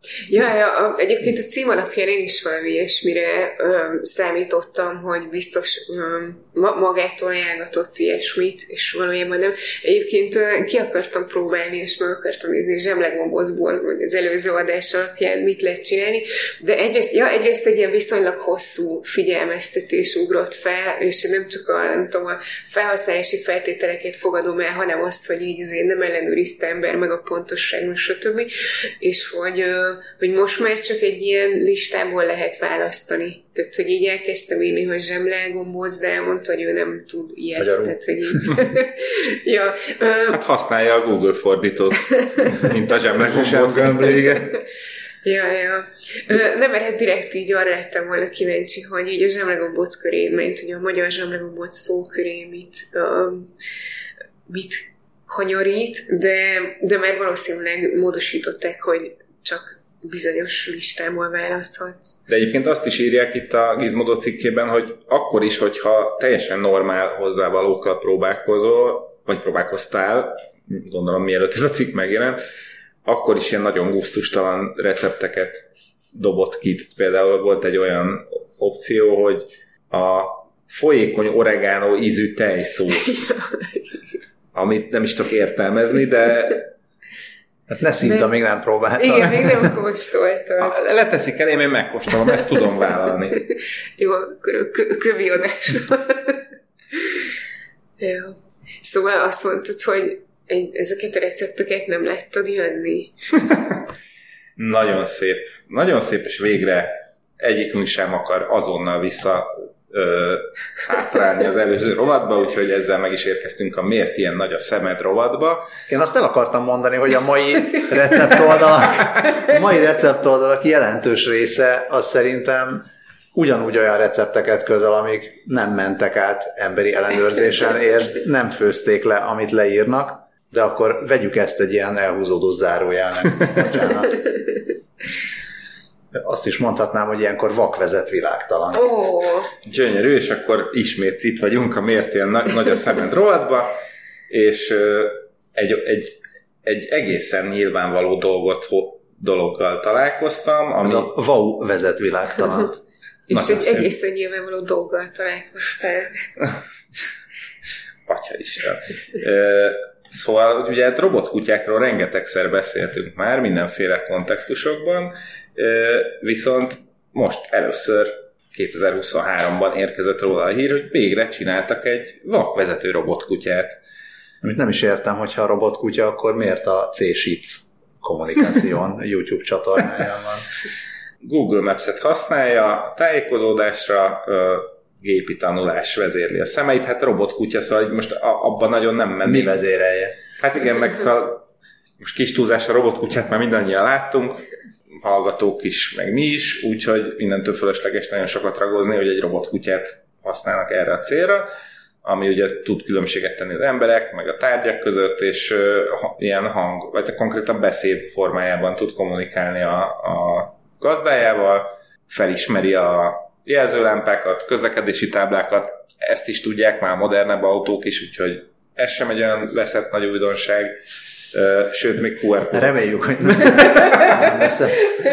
Ja, ja a, egyébként a cím alapján én is valami ilyesmire ö, számítottam, hogy biztos ö, ma, magától ajánlatott ilyesmit, és valójában nem. Egyébként ö, ki akartam próbálni, és meg akartam nézni zsemlegombócból, hogy az előző adás alapján mit lehet csinálni, de egyrészt, ja, egyrészt egy ilyen viszonylag hosszú figyelmeztetés ugrott fel, és nem csak a, nem tudom, a felhasználási feltételeket fogadom el, hanem azt, hogy így azért nem ellenőrizte ember, meg a pontosság, meg stb. És hogy hogy most már csak egy ilyen listából lehet választani. Tehát, hogy így elkezdtem írni, hogy zsemlegombóc, de elmondta, hogy ő nem tud ilyet. Magyarul. Tehát, hogy így... ja, ö... Hát használja a Google fordítót, mint a zsemlegombóc. Ja, ja. Ö, nem, mert hát direkt így arra lettem volna kíváncsi, hogy így a zsemlegombóc köré, mert ugye a magyar zsemlegombóc szó köré mit, uh, mit kanyarít, de, de már valószínűleg módosították, hogy csak bizonyos listából választhatsz. De egyébként azt is írják itt a Gizmodo cikkében, hogy akkor is, hogyha teljesen normál hozzávalókkal próbálkozol, vagy próbálkoztál, gondolom mielőtt ez a cikk megjelent, akkor is ilyen nagyon gusztustalan recepteket dobott ki. Például volt egy olyan opció, hogy a folyékony oregano ízű tejszósz, amit nem is tudok értelmezni, de... Hát ne szinte, de... még nem próbáltam. Igen, még nem kóstoltam. Leteszik elém, én megkóstolom, ezt tudom vállalni. Jó, akkor kövi adásra. Jó. Szóval azt mondtad, hogy ezeket a recepteket nem láttad jönni? Nagyon szép. Nagyon szép, és végre egyikünk sem akar azonnal vissza ö, hátrálni az előző rovatba, úgyhogy ezzel meg is érkeztünk a miért ilyen nagy a szemed rovatba. Én azt el akartam mondani, hogy a mai receptoldalak, a mai receptoldalak jelentős része az szerintem ugyanúgy olyan recepteket közöl, amik nem mentek át emberi ellenőrzésen, és nem főzték le, amit leírnak, de akkor vegyük ezt egy ilyen elhúzódó zárójelnek. Bocsánat. Azt is mondhatnám, hogy ilyenkor vak vezet világtalan. Oh. Gyönyörű, és akkor ismét itt vagyunk a miért ilyen nagy, nagy a szemed rovatba, és uh, egy, egy, egy egészen nyilvánvaló dolgot, dologgal találkoztam. Ami... Ez a wow vezet világtalan. És egy szép. Egészen nyilvánvaló dolggal találkoztál. Atyaisten. Szóval ugye robotkutyákról rengetegszer beszéltünk már, mindenféle kontextusokban, viszont most először kétezer-huszonháromban érkezett róla a hír, hogy végre csináltak egy vakvezető robotkutyát. Amit nem is értem, hogyha a robotkutya, akkor miért a C-Sheets kommunikáción YouTube csatornáján van? Google Maps-et használja, tájékozódásra, gépi tanulás vezérli a szemeit, hát robotkutya, szóval most abban nagyon nem mennék. Mi vezérelje? Hát igen, meg szóval most kis túlzás, a robotkutyát már mindannyian láttunk, hallgatók is, meg mi is, úgyhogy mindentől fölösleges nagyon sokat ragozni, hogy egy robotkutyát használnak erre a célra, ami ugye tud különbséget tenni az emberek, meg a tárgyak között, és uh, ilyen hang, vagy konkrétan beszéd formájában tud kommunikálni a, a gazdájával, felismeri a jelzőlámpákat, közlekedési táblákat, ezt is tudják már modernebb autók is, úgyhogy ez sem egy olyan veszett nagy újdonság, sőt, még kú er kód. Reméljük, hogy nem veszett.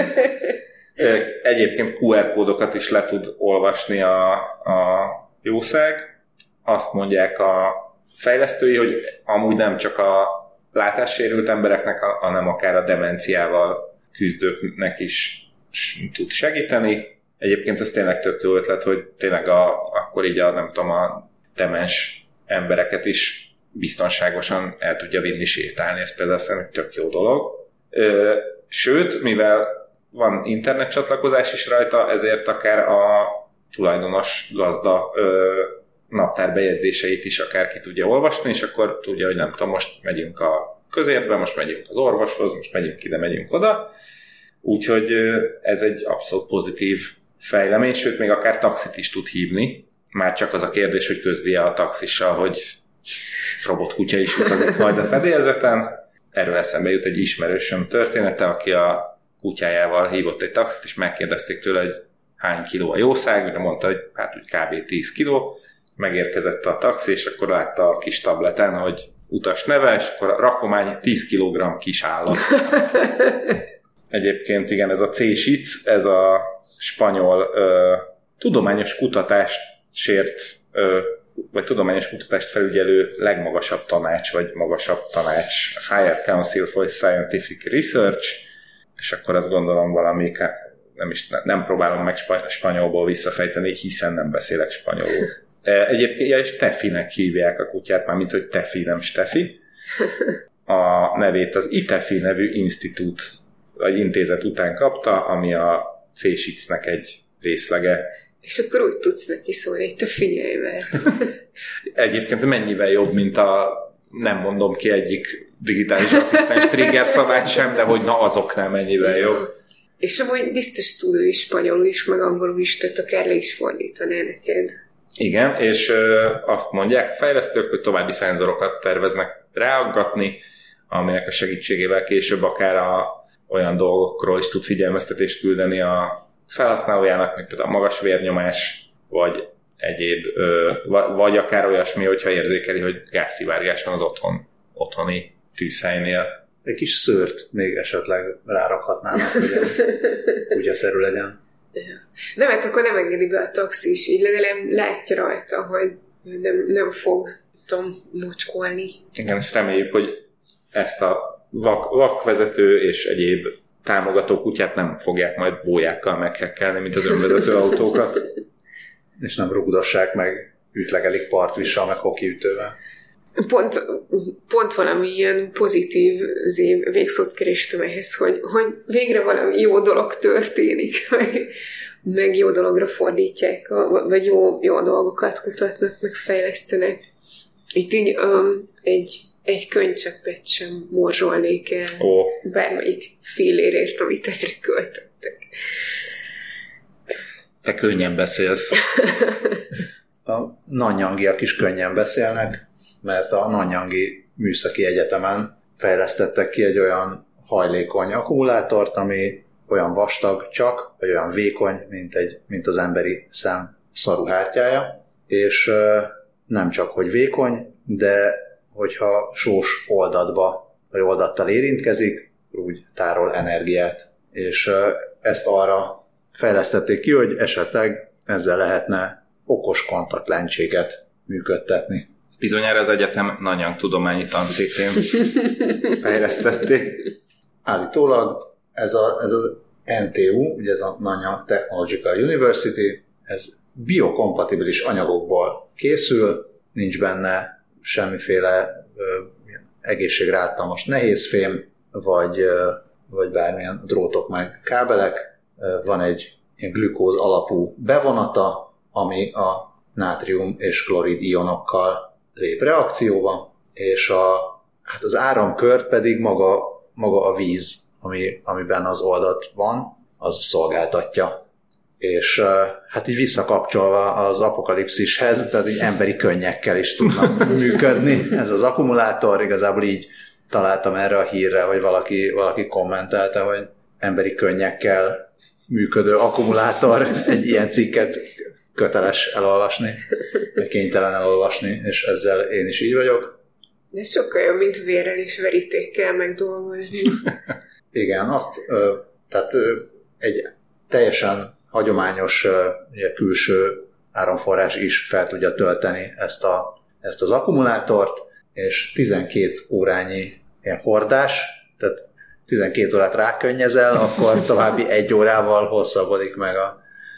Egyébként kú er kódokat is le tud olvasni a, a jószág. Azt mondják a fejlesztői, hogy amúgy nem csak a látássérült embereknek, hanem akár a demenciával küzdőknek is tud segíteni. Egyébként ez tényleg tök jó ötlet, hogy tényleg a, akkor így a, nem tudom, a demens embereket is biztonságosan el tudja vinni sétálni. Ez például szerintem egy tök jó dolog. Sőt, mivel van internet csatlakozás is rajta, ezért akár a tulajdonos gazda naptárbejegyzéseit is akár ki tudja olvasni, és akkor tudja, hogy nem tudom, most megyünk a közértbe, most megyünk az orvoshoz, most megyünk ide, megyünk oda. Úgyhogy ez egy abszolút pozitív fejlemény, sőt, még akár taxit is tud hívni. Már csak az a kérdés, hogy közli-e a taxissal, hogy robotkutya is utazik majd a fedélzeten. Erről eszembe jut egy ismerősöm története, aki a kutyájával hívott egy taxit, és megkérdezték tőle, hogy hány kiló a jószág, de mondta, hogy hát úgy kb. tíz kiló. Megérkezett a taxi, és akkor látta a kis tableten, hogy utas neve, és akkor a rakomány tíz kilogramm kis állat. egyébként igen, ez a cé-sic, ez a spanyol ö, tudományos kutatásért, ö, vagy tudományos kutatást felügyelő legmagasabb tanács, vagy magasabb tanács, Higher Council for Scientific Research, és akkor azt gondolom valami, nem, is, nem próbálom meg spanyolból visszafejteni, hiszen nem beszélek spanyolul. Egyébként, ja, és Tefinek hívják a kutyát, mármint, hogy Tefi, nem Stefi. A nevét az i té e ef i nevű institút, vagy intézet után kapta, ami a cé-sicnek egy részlege. És akkor úgy tudsz neki szólni, hogy te figyelj, mert... Egyébként mennyivel jobb, mint a, nem mondom ki egyik digitális asszisztens trigger szavát sem, de hogy na azoknál mennyivel jobb. És amúgy biztos tud ő is spanyolul is, meg angolul is, tehát akár le is fordítaná neked. Igen, és ö, azt mondják a fejlesztők, hogy további szenzorokat terveznek ráaggatni, aminek a segítségével később akár a, olyan dolgokról is tud figyelmeztetést küldeni a felhasználójának, mint például a magas vérnyomás, vagy egyéb, ö, vagy akár olyasmi, hogyha érzékeli, hogy gázszivárgás van az otthon, otthoni tűzhelynél. Egy kis szőrt még esetleg rárakhatnának, hogy kutyaszerű legyen. Nem, hát akkor nem engedi be a taxi is, így legalább látja rajta, hogy nem, nem fog, tudom, mocskolni. Igen, és reméljük, hogy ezt a vak, vakvezető és egyéb támogató kutyát nem fogják majd bójákkal meghekkelni, mint az önvezető autókat. És nem rugdossák meg, ütlegelik partvissal, meg hokiütővel. Pont, pont valami ilyen pozitív végszót kerestem ehhez, hogy, hogy végre valami jó dolog történik, meg, meg jó dologra fordítják, vagy jó, jó dolgokat kutatnak, meg fejlesztenek. Itt így um, egy, egy könycseppet sem morzsolnék el oh. bármelyik fillérért, amit erre költöttek. Te könnyen beszélsz. A nanyanghiak is könnyen beszélnek, mert a Nanyangi Műszaki Egyetemen fejlesztettek ki egy olyan hajlékony akkumulátort, ami olyan vastag csak, vagy olyan vékony, mint, egy, mint az emberi szem szaruhártyája, és nem csak, hogy vékony, de hogyha sós oldatba, vagy oldattal érintkezik, úgy tárol energiát. És ezt arra fejlesztették ki, hogy esetleg ezzel lehetne okos kontaktlencséket működtetni. Bizonyára az egyetem Nanyang tudományi tanszékén fejlesztették. Állítólag ez, a, ez az en té u, ugye ez a Nanyang Technological University, ez biokompatibilis anyagokból készül, nincs benne semmiféle ö, egészségre ártalmas nehézfém, vagy, ö, vagy bármilyen drótok meg kábelek. Van egy ilyen glükóz alapú bevonata, ami a nátrium és klorid ionokkal lép reakcióba, és a, hát az áramkört pedig maga, maga a víz, ami, amiben az oldat van, az szolgáltatja. És hát így visszakapcsolva az apokalipszishez, tehát így emberi könnyekkel is tudnak működni. Ez az akkumulátor, igazából így találtam erre a hírre, hogy valaki, valaki kommentelte, hogy emberi könnyekkel működő akkumulátor, egy ilyen cikket köteles elolvasni, vagy kénytelen elolvasni, és ezzel én is így vagyok. De sokkal jobb, mint vérrel és verítékkel megdolgozni. Igen, azt, tehát egy teljesen hagyományos külső áramforrás is fel tudja tölteni ezt, a, ezt az akkumulátort, és tizenkét órányi ilyen hordás, tehát tizenkét órát rákönnyezel, akkor további egy órával hosszabbodik meg a,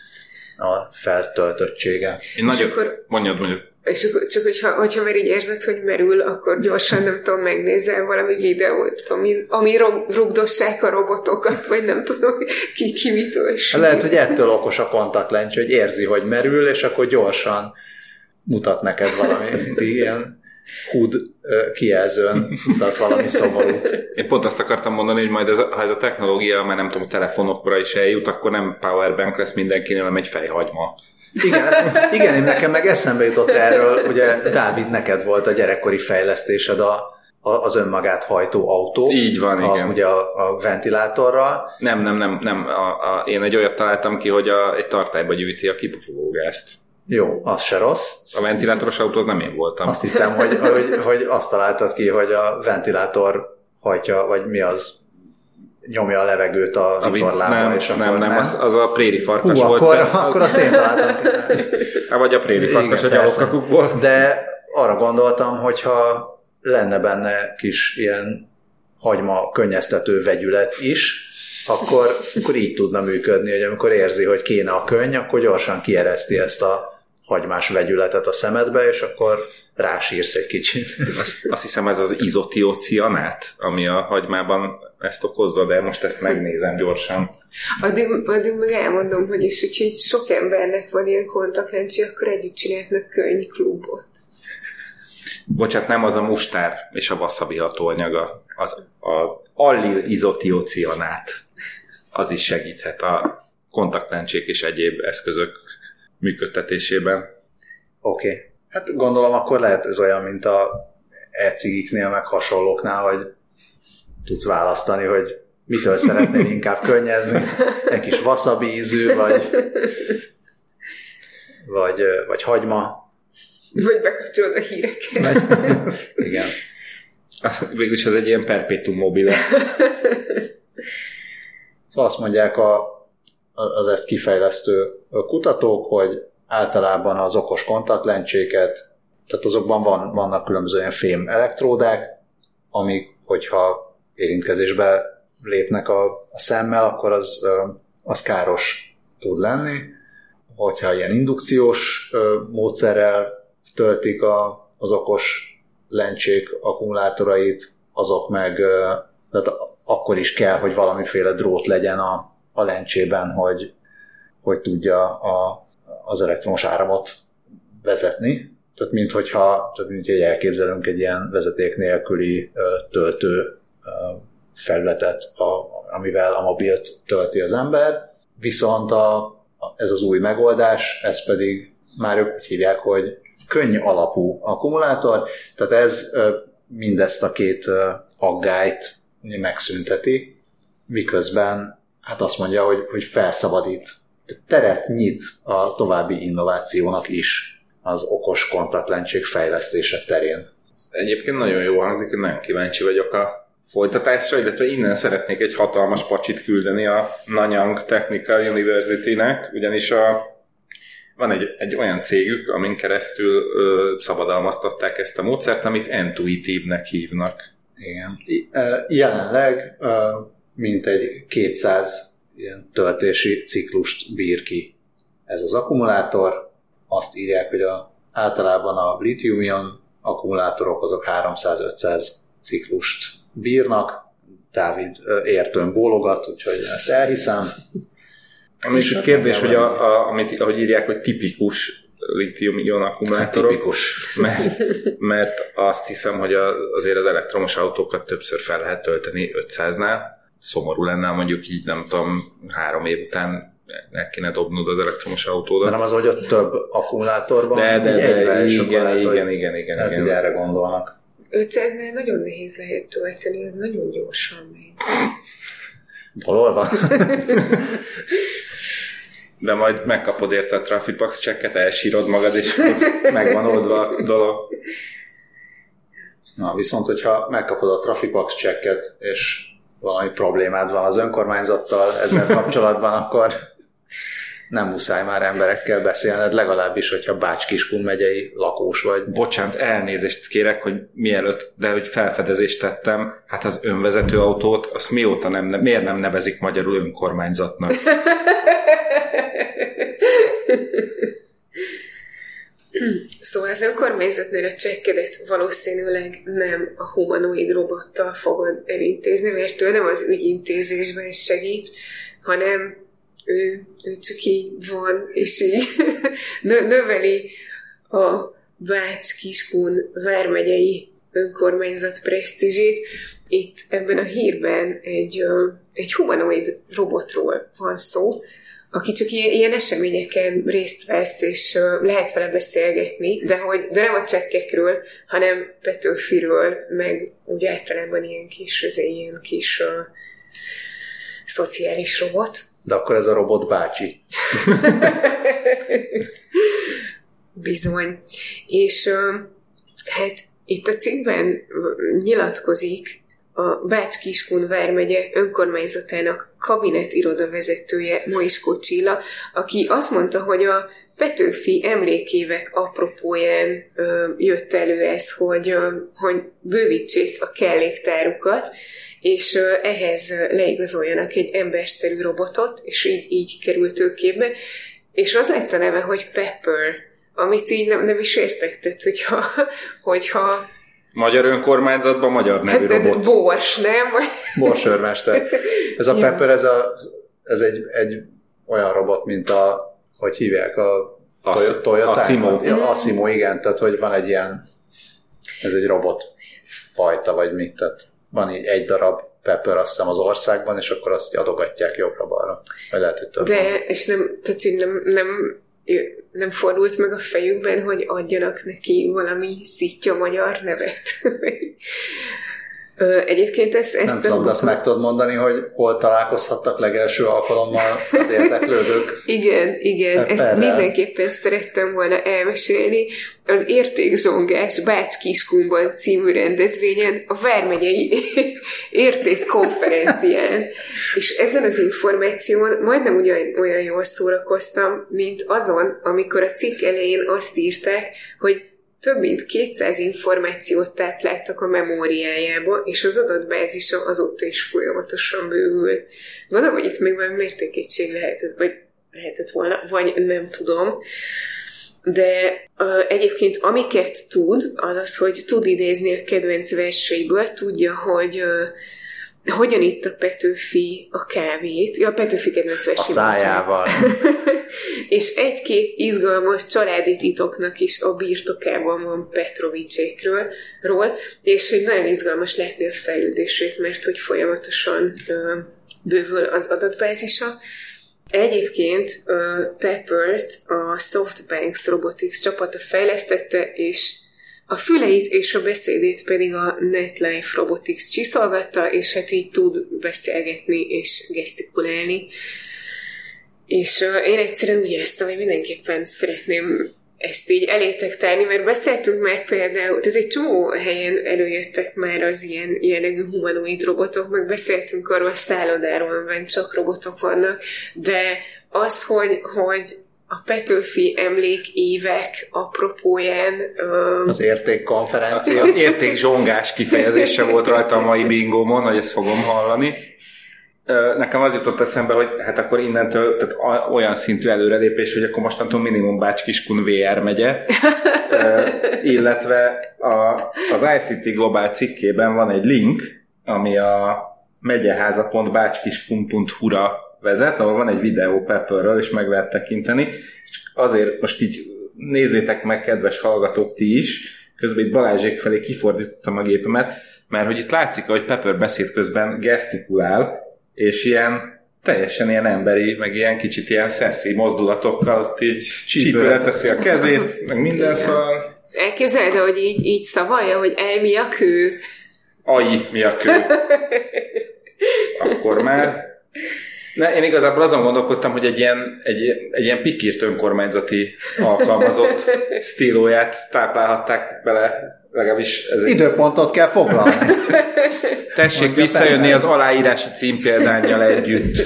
a feltöltöttsége. Én nagyon... Akkor... Mondjad, mondjad. És akkor, csak hogyha, hogyha már így érzed, hogy merül, akkor gyorsan, nem tudom, megnézel valami videót, ami, ami rugdossák a robotokat, vagy nem tudom, ki, ki mitől sír. Lehet, hogy ettől okos a kontaktlencs, hogy érzi, hogy merül, és akkor gyorsan mutat neked valami ilyen hud kijelzőn, mutat valami szomorút. Én pont azt akartam mondani, hogy majd ez, ha ez a technológia, már nem tudom, telefonokra is eljut, akkor nem powerbank lesz mindenkinél, hanem egy fejhagyma. Igen, igen, én nekem meg eszembe jutott erről, ugye Dávid, neked volt a gyerekkori fejlesztésed a, a, az önmagát hajtó autó. Így van, a, igen. Ugye a, a ventilátorral. Nem, nem, nem, nem. A, a, én egy olyat találtam ki, hogy a, egy tartályba gyűjti a kipufogógázt. Jó, az se rossz. A ventilátoros autó az nem én voltam. Azt hittem, hogy, hogy, hogy azt találtad ki, hogy a ventilátor hajtja, vagy mi az, nyomja a levegőt a, a vitorlába, és nem, akkor nem, nem, az, az a préri farkas Hú, volt. Akkor, akkor azt én találtam. Há, vagy a préri farkas a gyalogkakukból. De arra gondoltam, hogyha lenne benne kis ilyen hagyma könnyeztető vegyület is, akkor, akkor így tudna működni, hogy amikor érzi, hogy kéne a könny, akkor gyorsan kiereszti ezt a hagymás vegyületet a szemedbe, és akkor rásírsz egy kicsit. Azt, azt hiszem ez az izotiocianát, ami a hagymában ezt okozza, de most ezt megnézem gyorsan. Addig, addig meg elmondom, hogy és úgyhogy sok embernek van ilyen kontaktlencsi, akkor együtt csinálnak könyvklubot. Bocsát, nem az a mustár és a wasabi hatóanyaga, az a allil izotiocianát. Az is segíthet a kontaktlencsék és egyéb eszközök működtetésében. Oké. Okay. Hát gondolom, akkor lehet ez olyan, mint a e-cigiknél, meg hasonlóknál, hogy tudsz választani, hogy mitől szeretnél inkább könnyezni. Egy kis wasabi ízű, vagy, vagy, vagy hagyma. Vagy bekapcsolod a híreket. Igen. Végülis ez egy ilyen perpetuum mobile. Szóval azt mondják a, az ezt kifejlesztő kutatók, hogy általában az okos kontaktlencséket, tehát azokban van, vannak különböző ilyen fém elektródák, amik, hogyha érintkezésbe lépnek a, a szemmel, akkor az, az káros tud lenni. Hogyha ilyen indukciós módszerrel töltik a, az okos lencsék akkumulátorait, azok meg tehát akkor is kell, hogy valamiféle drót legyen a, a lencsében, hogy, hogy tudja a, az elektromos áramot vezetni. Tehát mint hogyha, tehát mint hogy elképzelünk egy ilyen vezeték nélküli töltő felületet, a, amivel a mobilt tölti az ember. Viszont a, ez az új megoldás, ez pedig már ők úgy hívják, hogy könny alapú akkumulátor, tehát ez mindezt a két aggályt megszünteti, miközben hát azt mondja, hogy, hogy felszabadít, teret nyit a további innovációnak is az okos kontaktlencsék fejlesztése terén. Egyébként nagyon jó hangzik, én nagyon kíváncsi vagyok a folytatásra, illetve innen szeretnék egy hatalmas pacsit küldeni a Nanyang Technical University-nek, ugyanis a van egy, egy olyan cégük, amin keresztül ö, szabadalmaztatták ezt a módszert, amit intuitívnek hívnak. Igen. Jelenleg mintegy kétszáz ilyen töltési ciklust bír ki ez az akkumulátor. Azt írják, hogy a, általában a litium-ion akkumulátorok azok háromszáz-ötszáz ciklust bírnak. Dávid értőn bólogat, úgyhogy ezt elhiszem. És itt kérdés, hogy a, a, amit, ahogy írják, hogy tipikus litium-ion akkumulátorok. Tipikus. Mert, mert azt hiszem, hogy a, azért az elektromos autókat többször fel lehet tölteni ötszáznál. Szomorú lenne, mondjuk így nem tudom, három év után meg kéne dobnod az elektromos autódat. Nem az, hogy ott több akkumulátor van, de, de, de, egyben, igen, igen, lehet, igen, igen, igen, hát, igen. erre gondolnak. ötszáznál nagyon nehéz lehet tölteni, az nagyon gyorsan megy. Hol van? De majd megkapod érte a Trafipax csekket, elsírod magad, és megvan oldva a dolog. Na, viszont, hogyha megkapod a Trafipax csekket, és valami problémád van az önkormányzattal ezzel kapcsolatban, akkor nem muszáj már emberekkel beszélned, legalábbis, hogyha Bács-Kiskun megyei lakós vagy. Bocsánat, elnézést kérek, hogy mielőtt, de hogy felfedezést tettem, hát az önvezető autót, azt mióta nem, miért nem nevezik magyarul önkormányzatnak? Szóval az önkormányzatnál a csekkedet valószínűleg nem a humanoid robottal fogod elintézni, mert ő nem az ügyintézésben segít, hanem ő, ő csak így van, és így növeli a Bács-Kiskun vármegyei önkormányzat presztízsét. Itt ebben a hírben egy, egy humanoid robotról van szó, aki csak ilyen, ilyen eseményeken részt vesz, és lehet vele beszélgetni, de, hogy, de nem a csekkekről, hanem Petőfiről, meg úgy általában ilyen kis, ez ilyen kis uh, szociális robot. De akkor ez a robot bácsi. Bizony. És uh, hát itt a cikkben nyilatkozik a Bács-Kiskun vármegye önkormányzatának kabinet irodavezetője Moiskó Csilla, aki azt mondta, hogy a Petőfi emlékévek apropóján ö, jött elő ez, hogy, ö, hogy bővítsék a kelléktárukat, és ö, ehhez leigazoljanak egy emberszerű robotot, és így, így került ő képbe, és az lett a neve, hogy Pepper, amit így nem, nem is értetted, hogyha, hogyha magyar önkormányzatban magyar nevű hát, robot. Bors, nem? Borsőrmester. Ez a Pepper, ez, a, ez egy, egy olyan robot, mint a, hogy hívják, a As- Toyota. Asimo. Ja, Asimo, igen, tehát hogy van egy ilyen, ez egy robot fajta, vagy mit, tehát van így egy darab Pepper, azt hiszem az országban, és akkor azt adogatják jobbra-balra. Vagy lehet, hogy több De, van. és nem, tehát így nem, nem, nem fordult meg a fejükben, hogy adjanak neki valami szitja magyar nevet. Ö, egyébként ezt... ezt nem tudom, de azt meg tudod mondani, hogy hol találkozhattak legelső alkalommal az érdeklődők? Igen, igen, Hát ezt erre. mindenképpen szerettem volna elmesélni. Az Értékzsongás Bács-Kiskunban című rendezvényen, a Vármegyei Értékkonferencián. És ezen az információn majdnem ugyan, olyan jól szórakoztam, mint azon, amikor a cikk elején azt írták, hogy több mint kétszáz információt tápláltak a memóriájába, és az adatbázisa azóta is folyamatosan bővül. Gondolom, hogy itt még valami mértékegység lehetett, vagy lehetett volna, vagy nem tudom. De uh, egyébként amiket tud, az az, hogy tud idézni a kedvenc verseiből, tudja, hogy uh, hogyan itt a Petőfi a kávét, ja, a Petőfi kedvenc versében. A szájával. És egy-két izgalmas családi titoknak is a birtokában van Petrovicsékről, ról, és hogy nagyon izgalmas látni a fejlődését, mert hogy folyamatosan ö, bővül az adatbázisa. Egyébként ö, Peppert a SoftBanks Robotics csapata fejlesztette, és a füleit és a beszédét pedig a NetLife Robotics csiszolgatta, és hát így tud beszélgetni és gesztikulálni. És uh, én egyszerűen úgy éreztem, hogy mindenképpen szeretném ezt így elétek tárni, mert beszéltünk már például, tehát egy csomó helyen előjöttek már az ilyen jellegű humanoid robotok, meg beszéltünk arról a szállodáról, amiben csak robotok vannak, de az, hogy, hogy a Petőfi emlékévek apropóján... Um, az értékkonferencia. Az értékzsongás kifejezése volt rajta a mai bingómon, hogy ezt fogom hallani. Nekem az jutott eszembe, hogy hát akkor innentől tehát olyan szintű előrelépés, hogy akkor mostantól minimum Bács-Kiskun vé er megye, illetve a, az i cé té Global cikkében van egy link, ami a megyeháza pont bácskiskun pont hu-ra vezet, ahol van egy videó Pepperről, és meg lehet tekinteni. És azért most így nézzétek meg, kedves hallgatók, ti is, közben itt Balázsék felé kifordítottam a gépemet, mert hogy itt látszik, hogy Pepper beszéd közben gesztikulál, és ilyen teljesen ilyen emberi, meg ilyen kicsit ilyen szeszi mozdulatokkal ott így csípőre teszi a kezét, meg minden, szóval... Elképzeld, hogy így, így szavalja, hogy el mi a kő? Aj, mi a kő? Akkor már... Ne, én igazából azon gondolkodtam, hogy egy ilyen, egy, egy ilyen pikírt önkormányzati alkalmazott stílóját táplálhatták bele, legalábbis ez egy... Időpontot kell foglalni. Tessék mondja visszajönni Pepper. az aláírási címpéldánnyal együtt.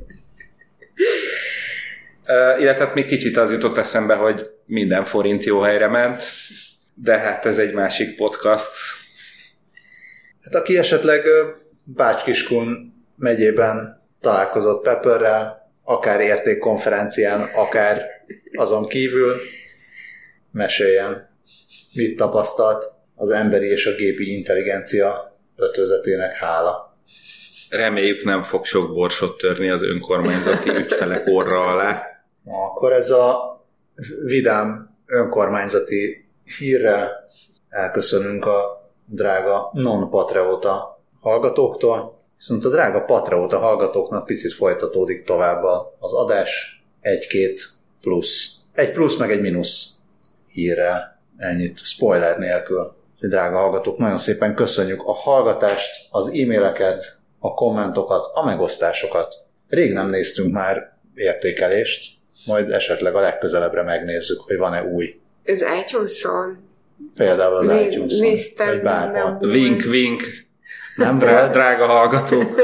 Uh, illetve hát még kicsit az jutott eszembe, hogy minden forint jó helyre ment, de hát ez egy másik podcast. Hát aki esetleg ö, Bács-Kiskun megyében találkozott Pepperrel, akár értékkonferencián, akár azon kívül, meséljen, mit tapasztalt az emberi és a gépi intelligencia ötvözetének hála. Reméljük nem fog sok borsot törni az önkormányzati ügyfelek orra alá. Na, akkor ez a vidám önkormányzati hírrel elköszönünk a drága non-patrióta hallgatóktól, viszont a drága patrióta hallgatóknak picit folytatódik tovább az adás egy-két plusz. Egy plusz meg egy mínusz hírrel. Ennyit spoiler nélkül. Drága hallgatók, nagyon szépen köszönjük a hallgatást, az e-maileket, a kommentokat, a megosztásokat. Rég nem néztünk már értékelést, majd esetleg a legközelebbre megnézzük, hogy van-e új. Az iTunes-on? Például az Né- iTunes-on. néztem, vagy bárhol. nem. Wink, wink. Nem Drá- volt. Drága hallgatók.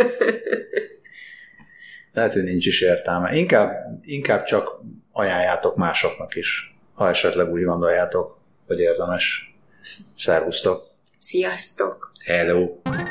Lehet, hogy nincs is értelme. Inkább, inkább csak ajánljátok másoknak is, ha esetleg úgy gondoljátok, hogy érdemes. Szervusztok! Sziasztok! Hello!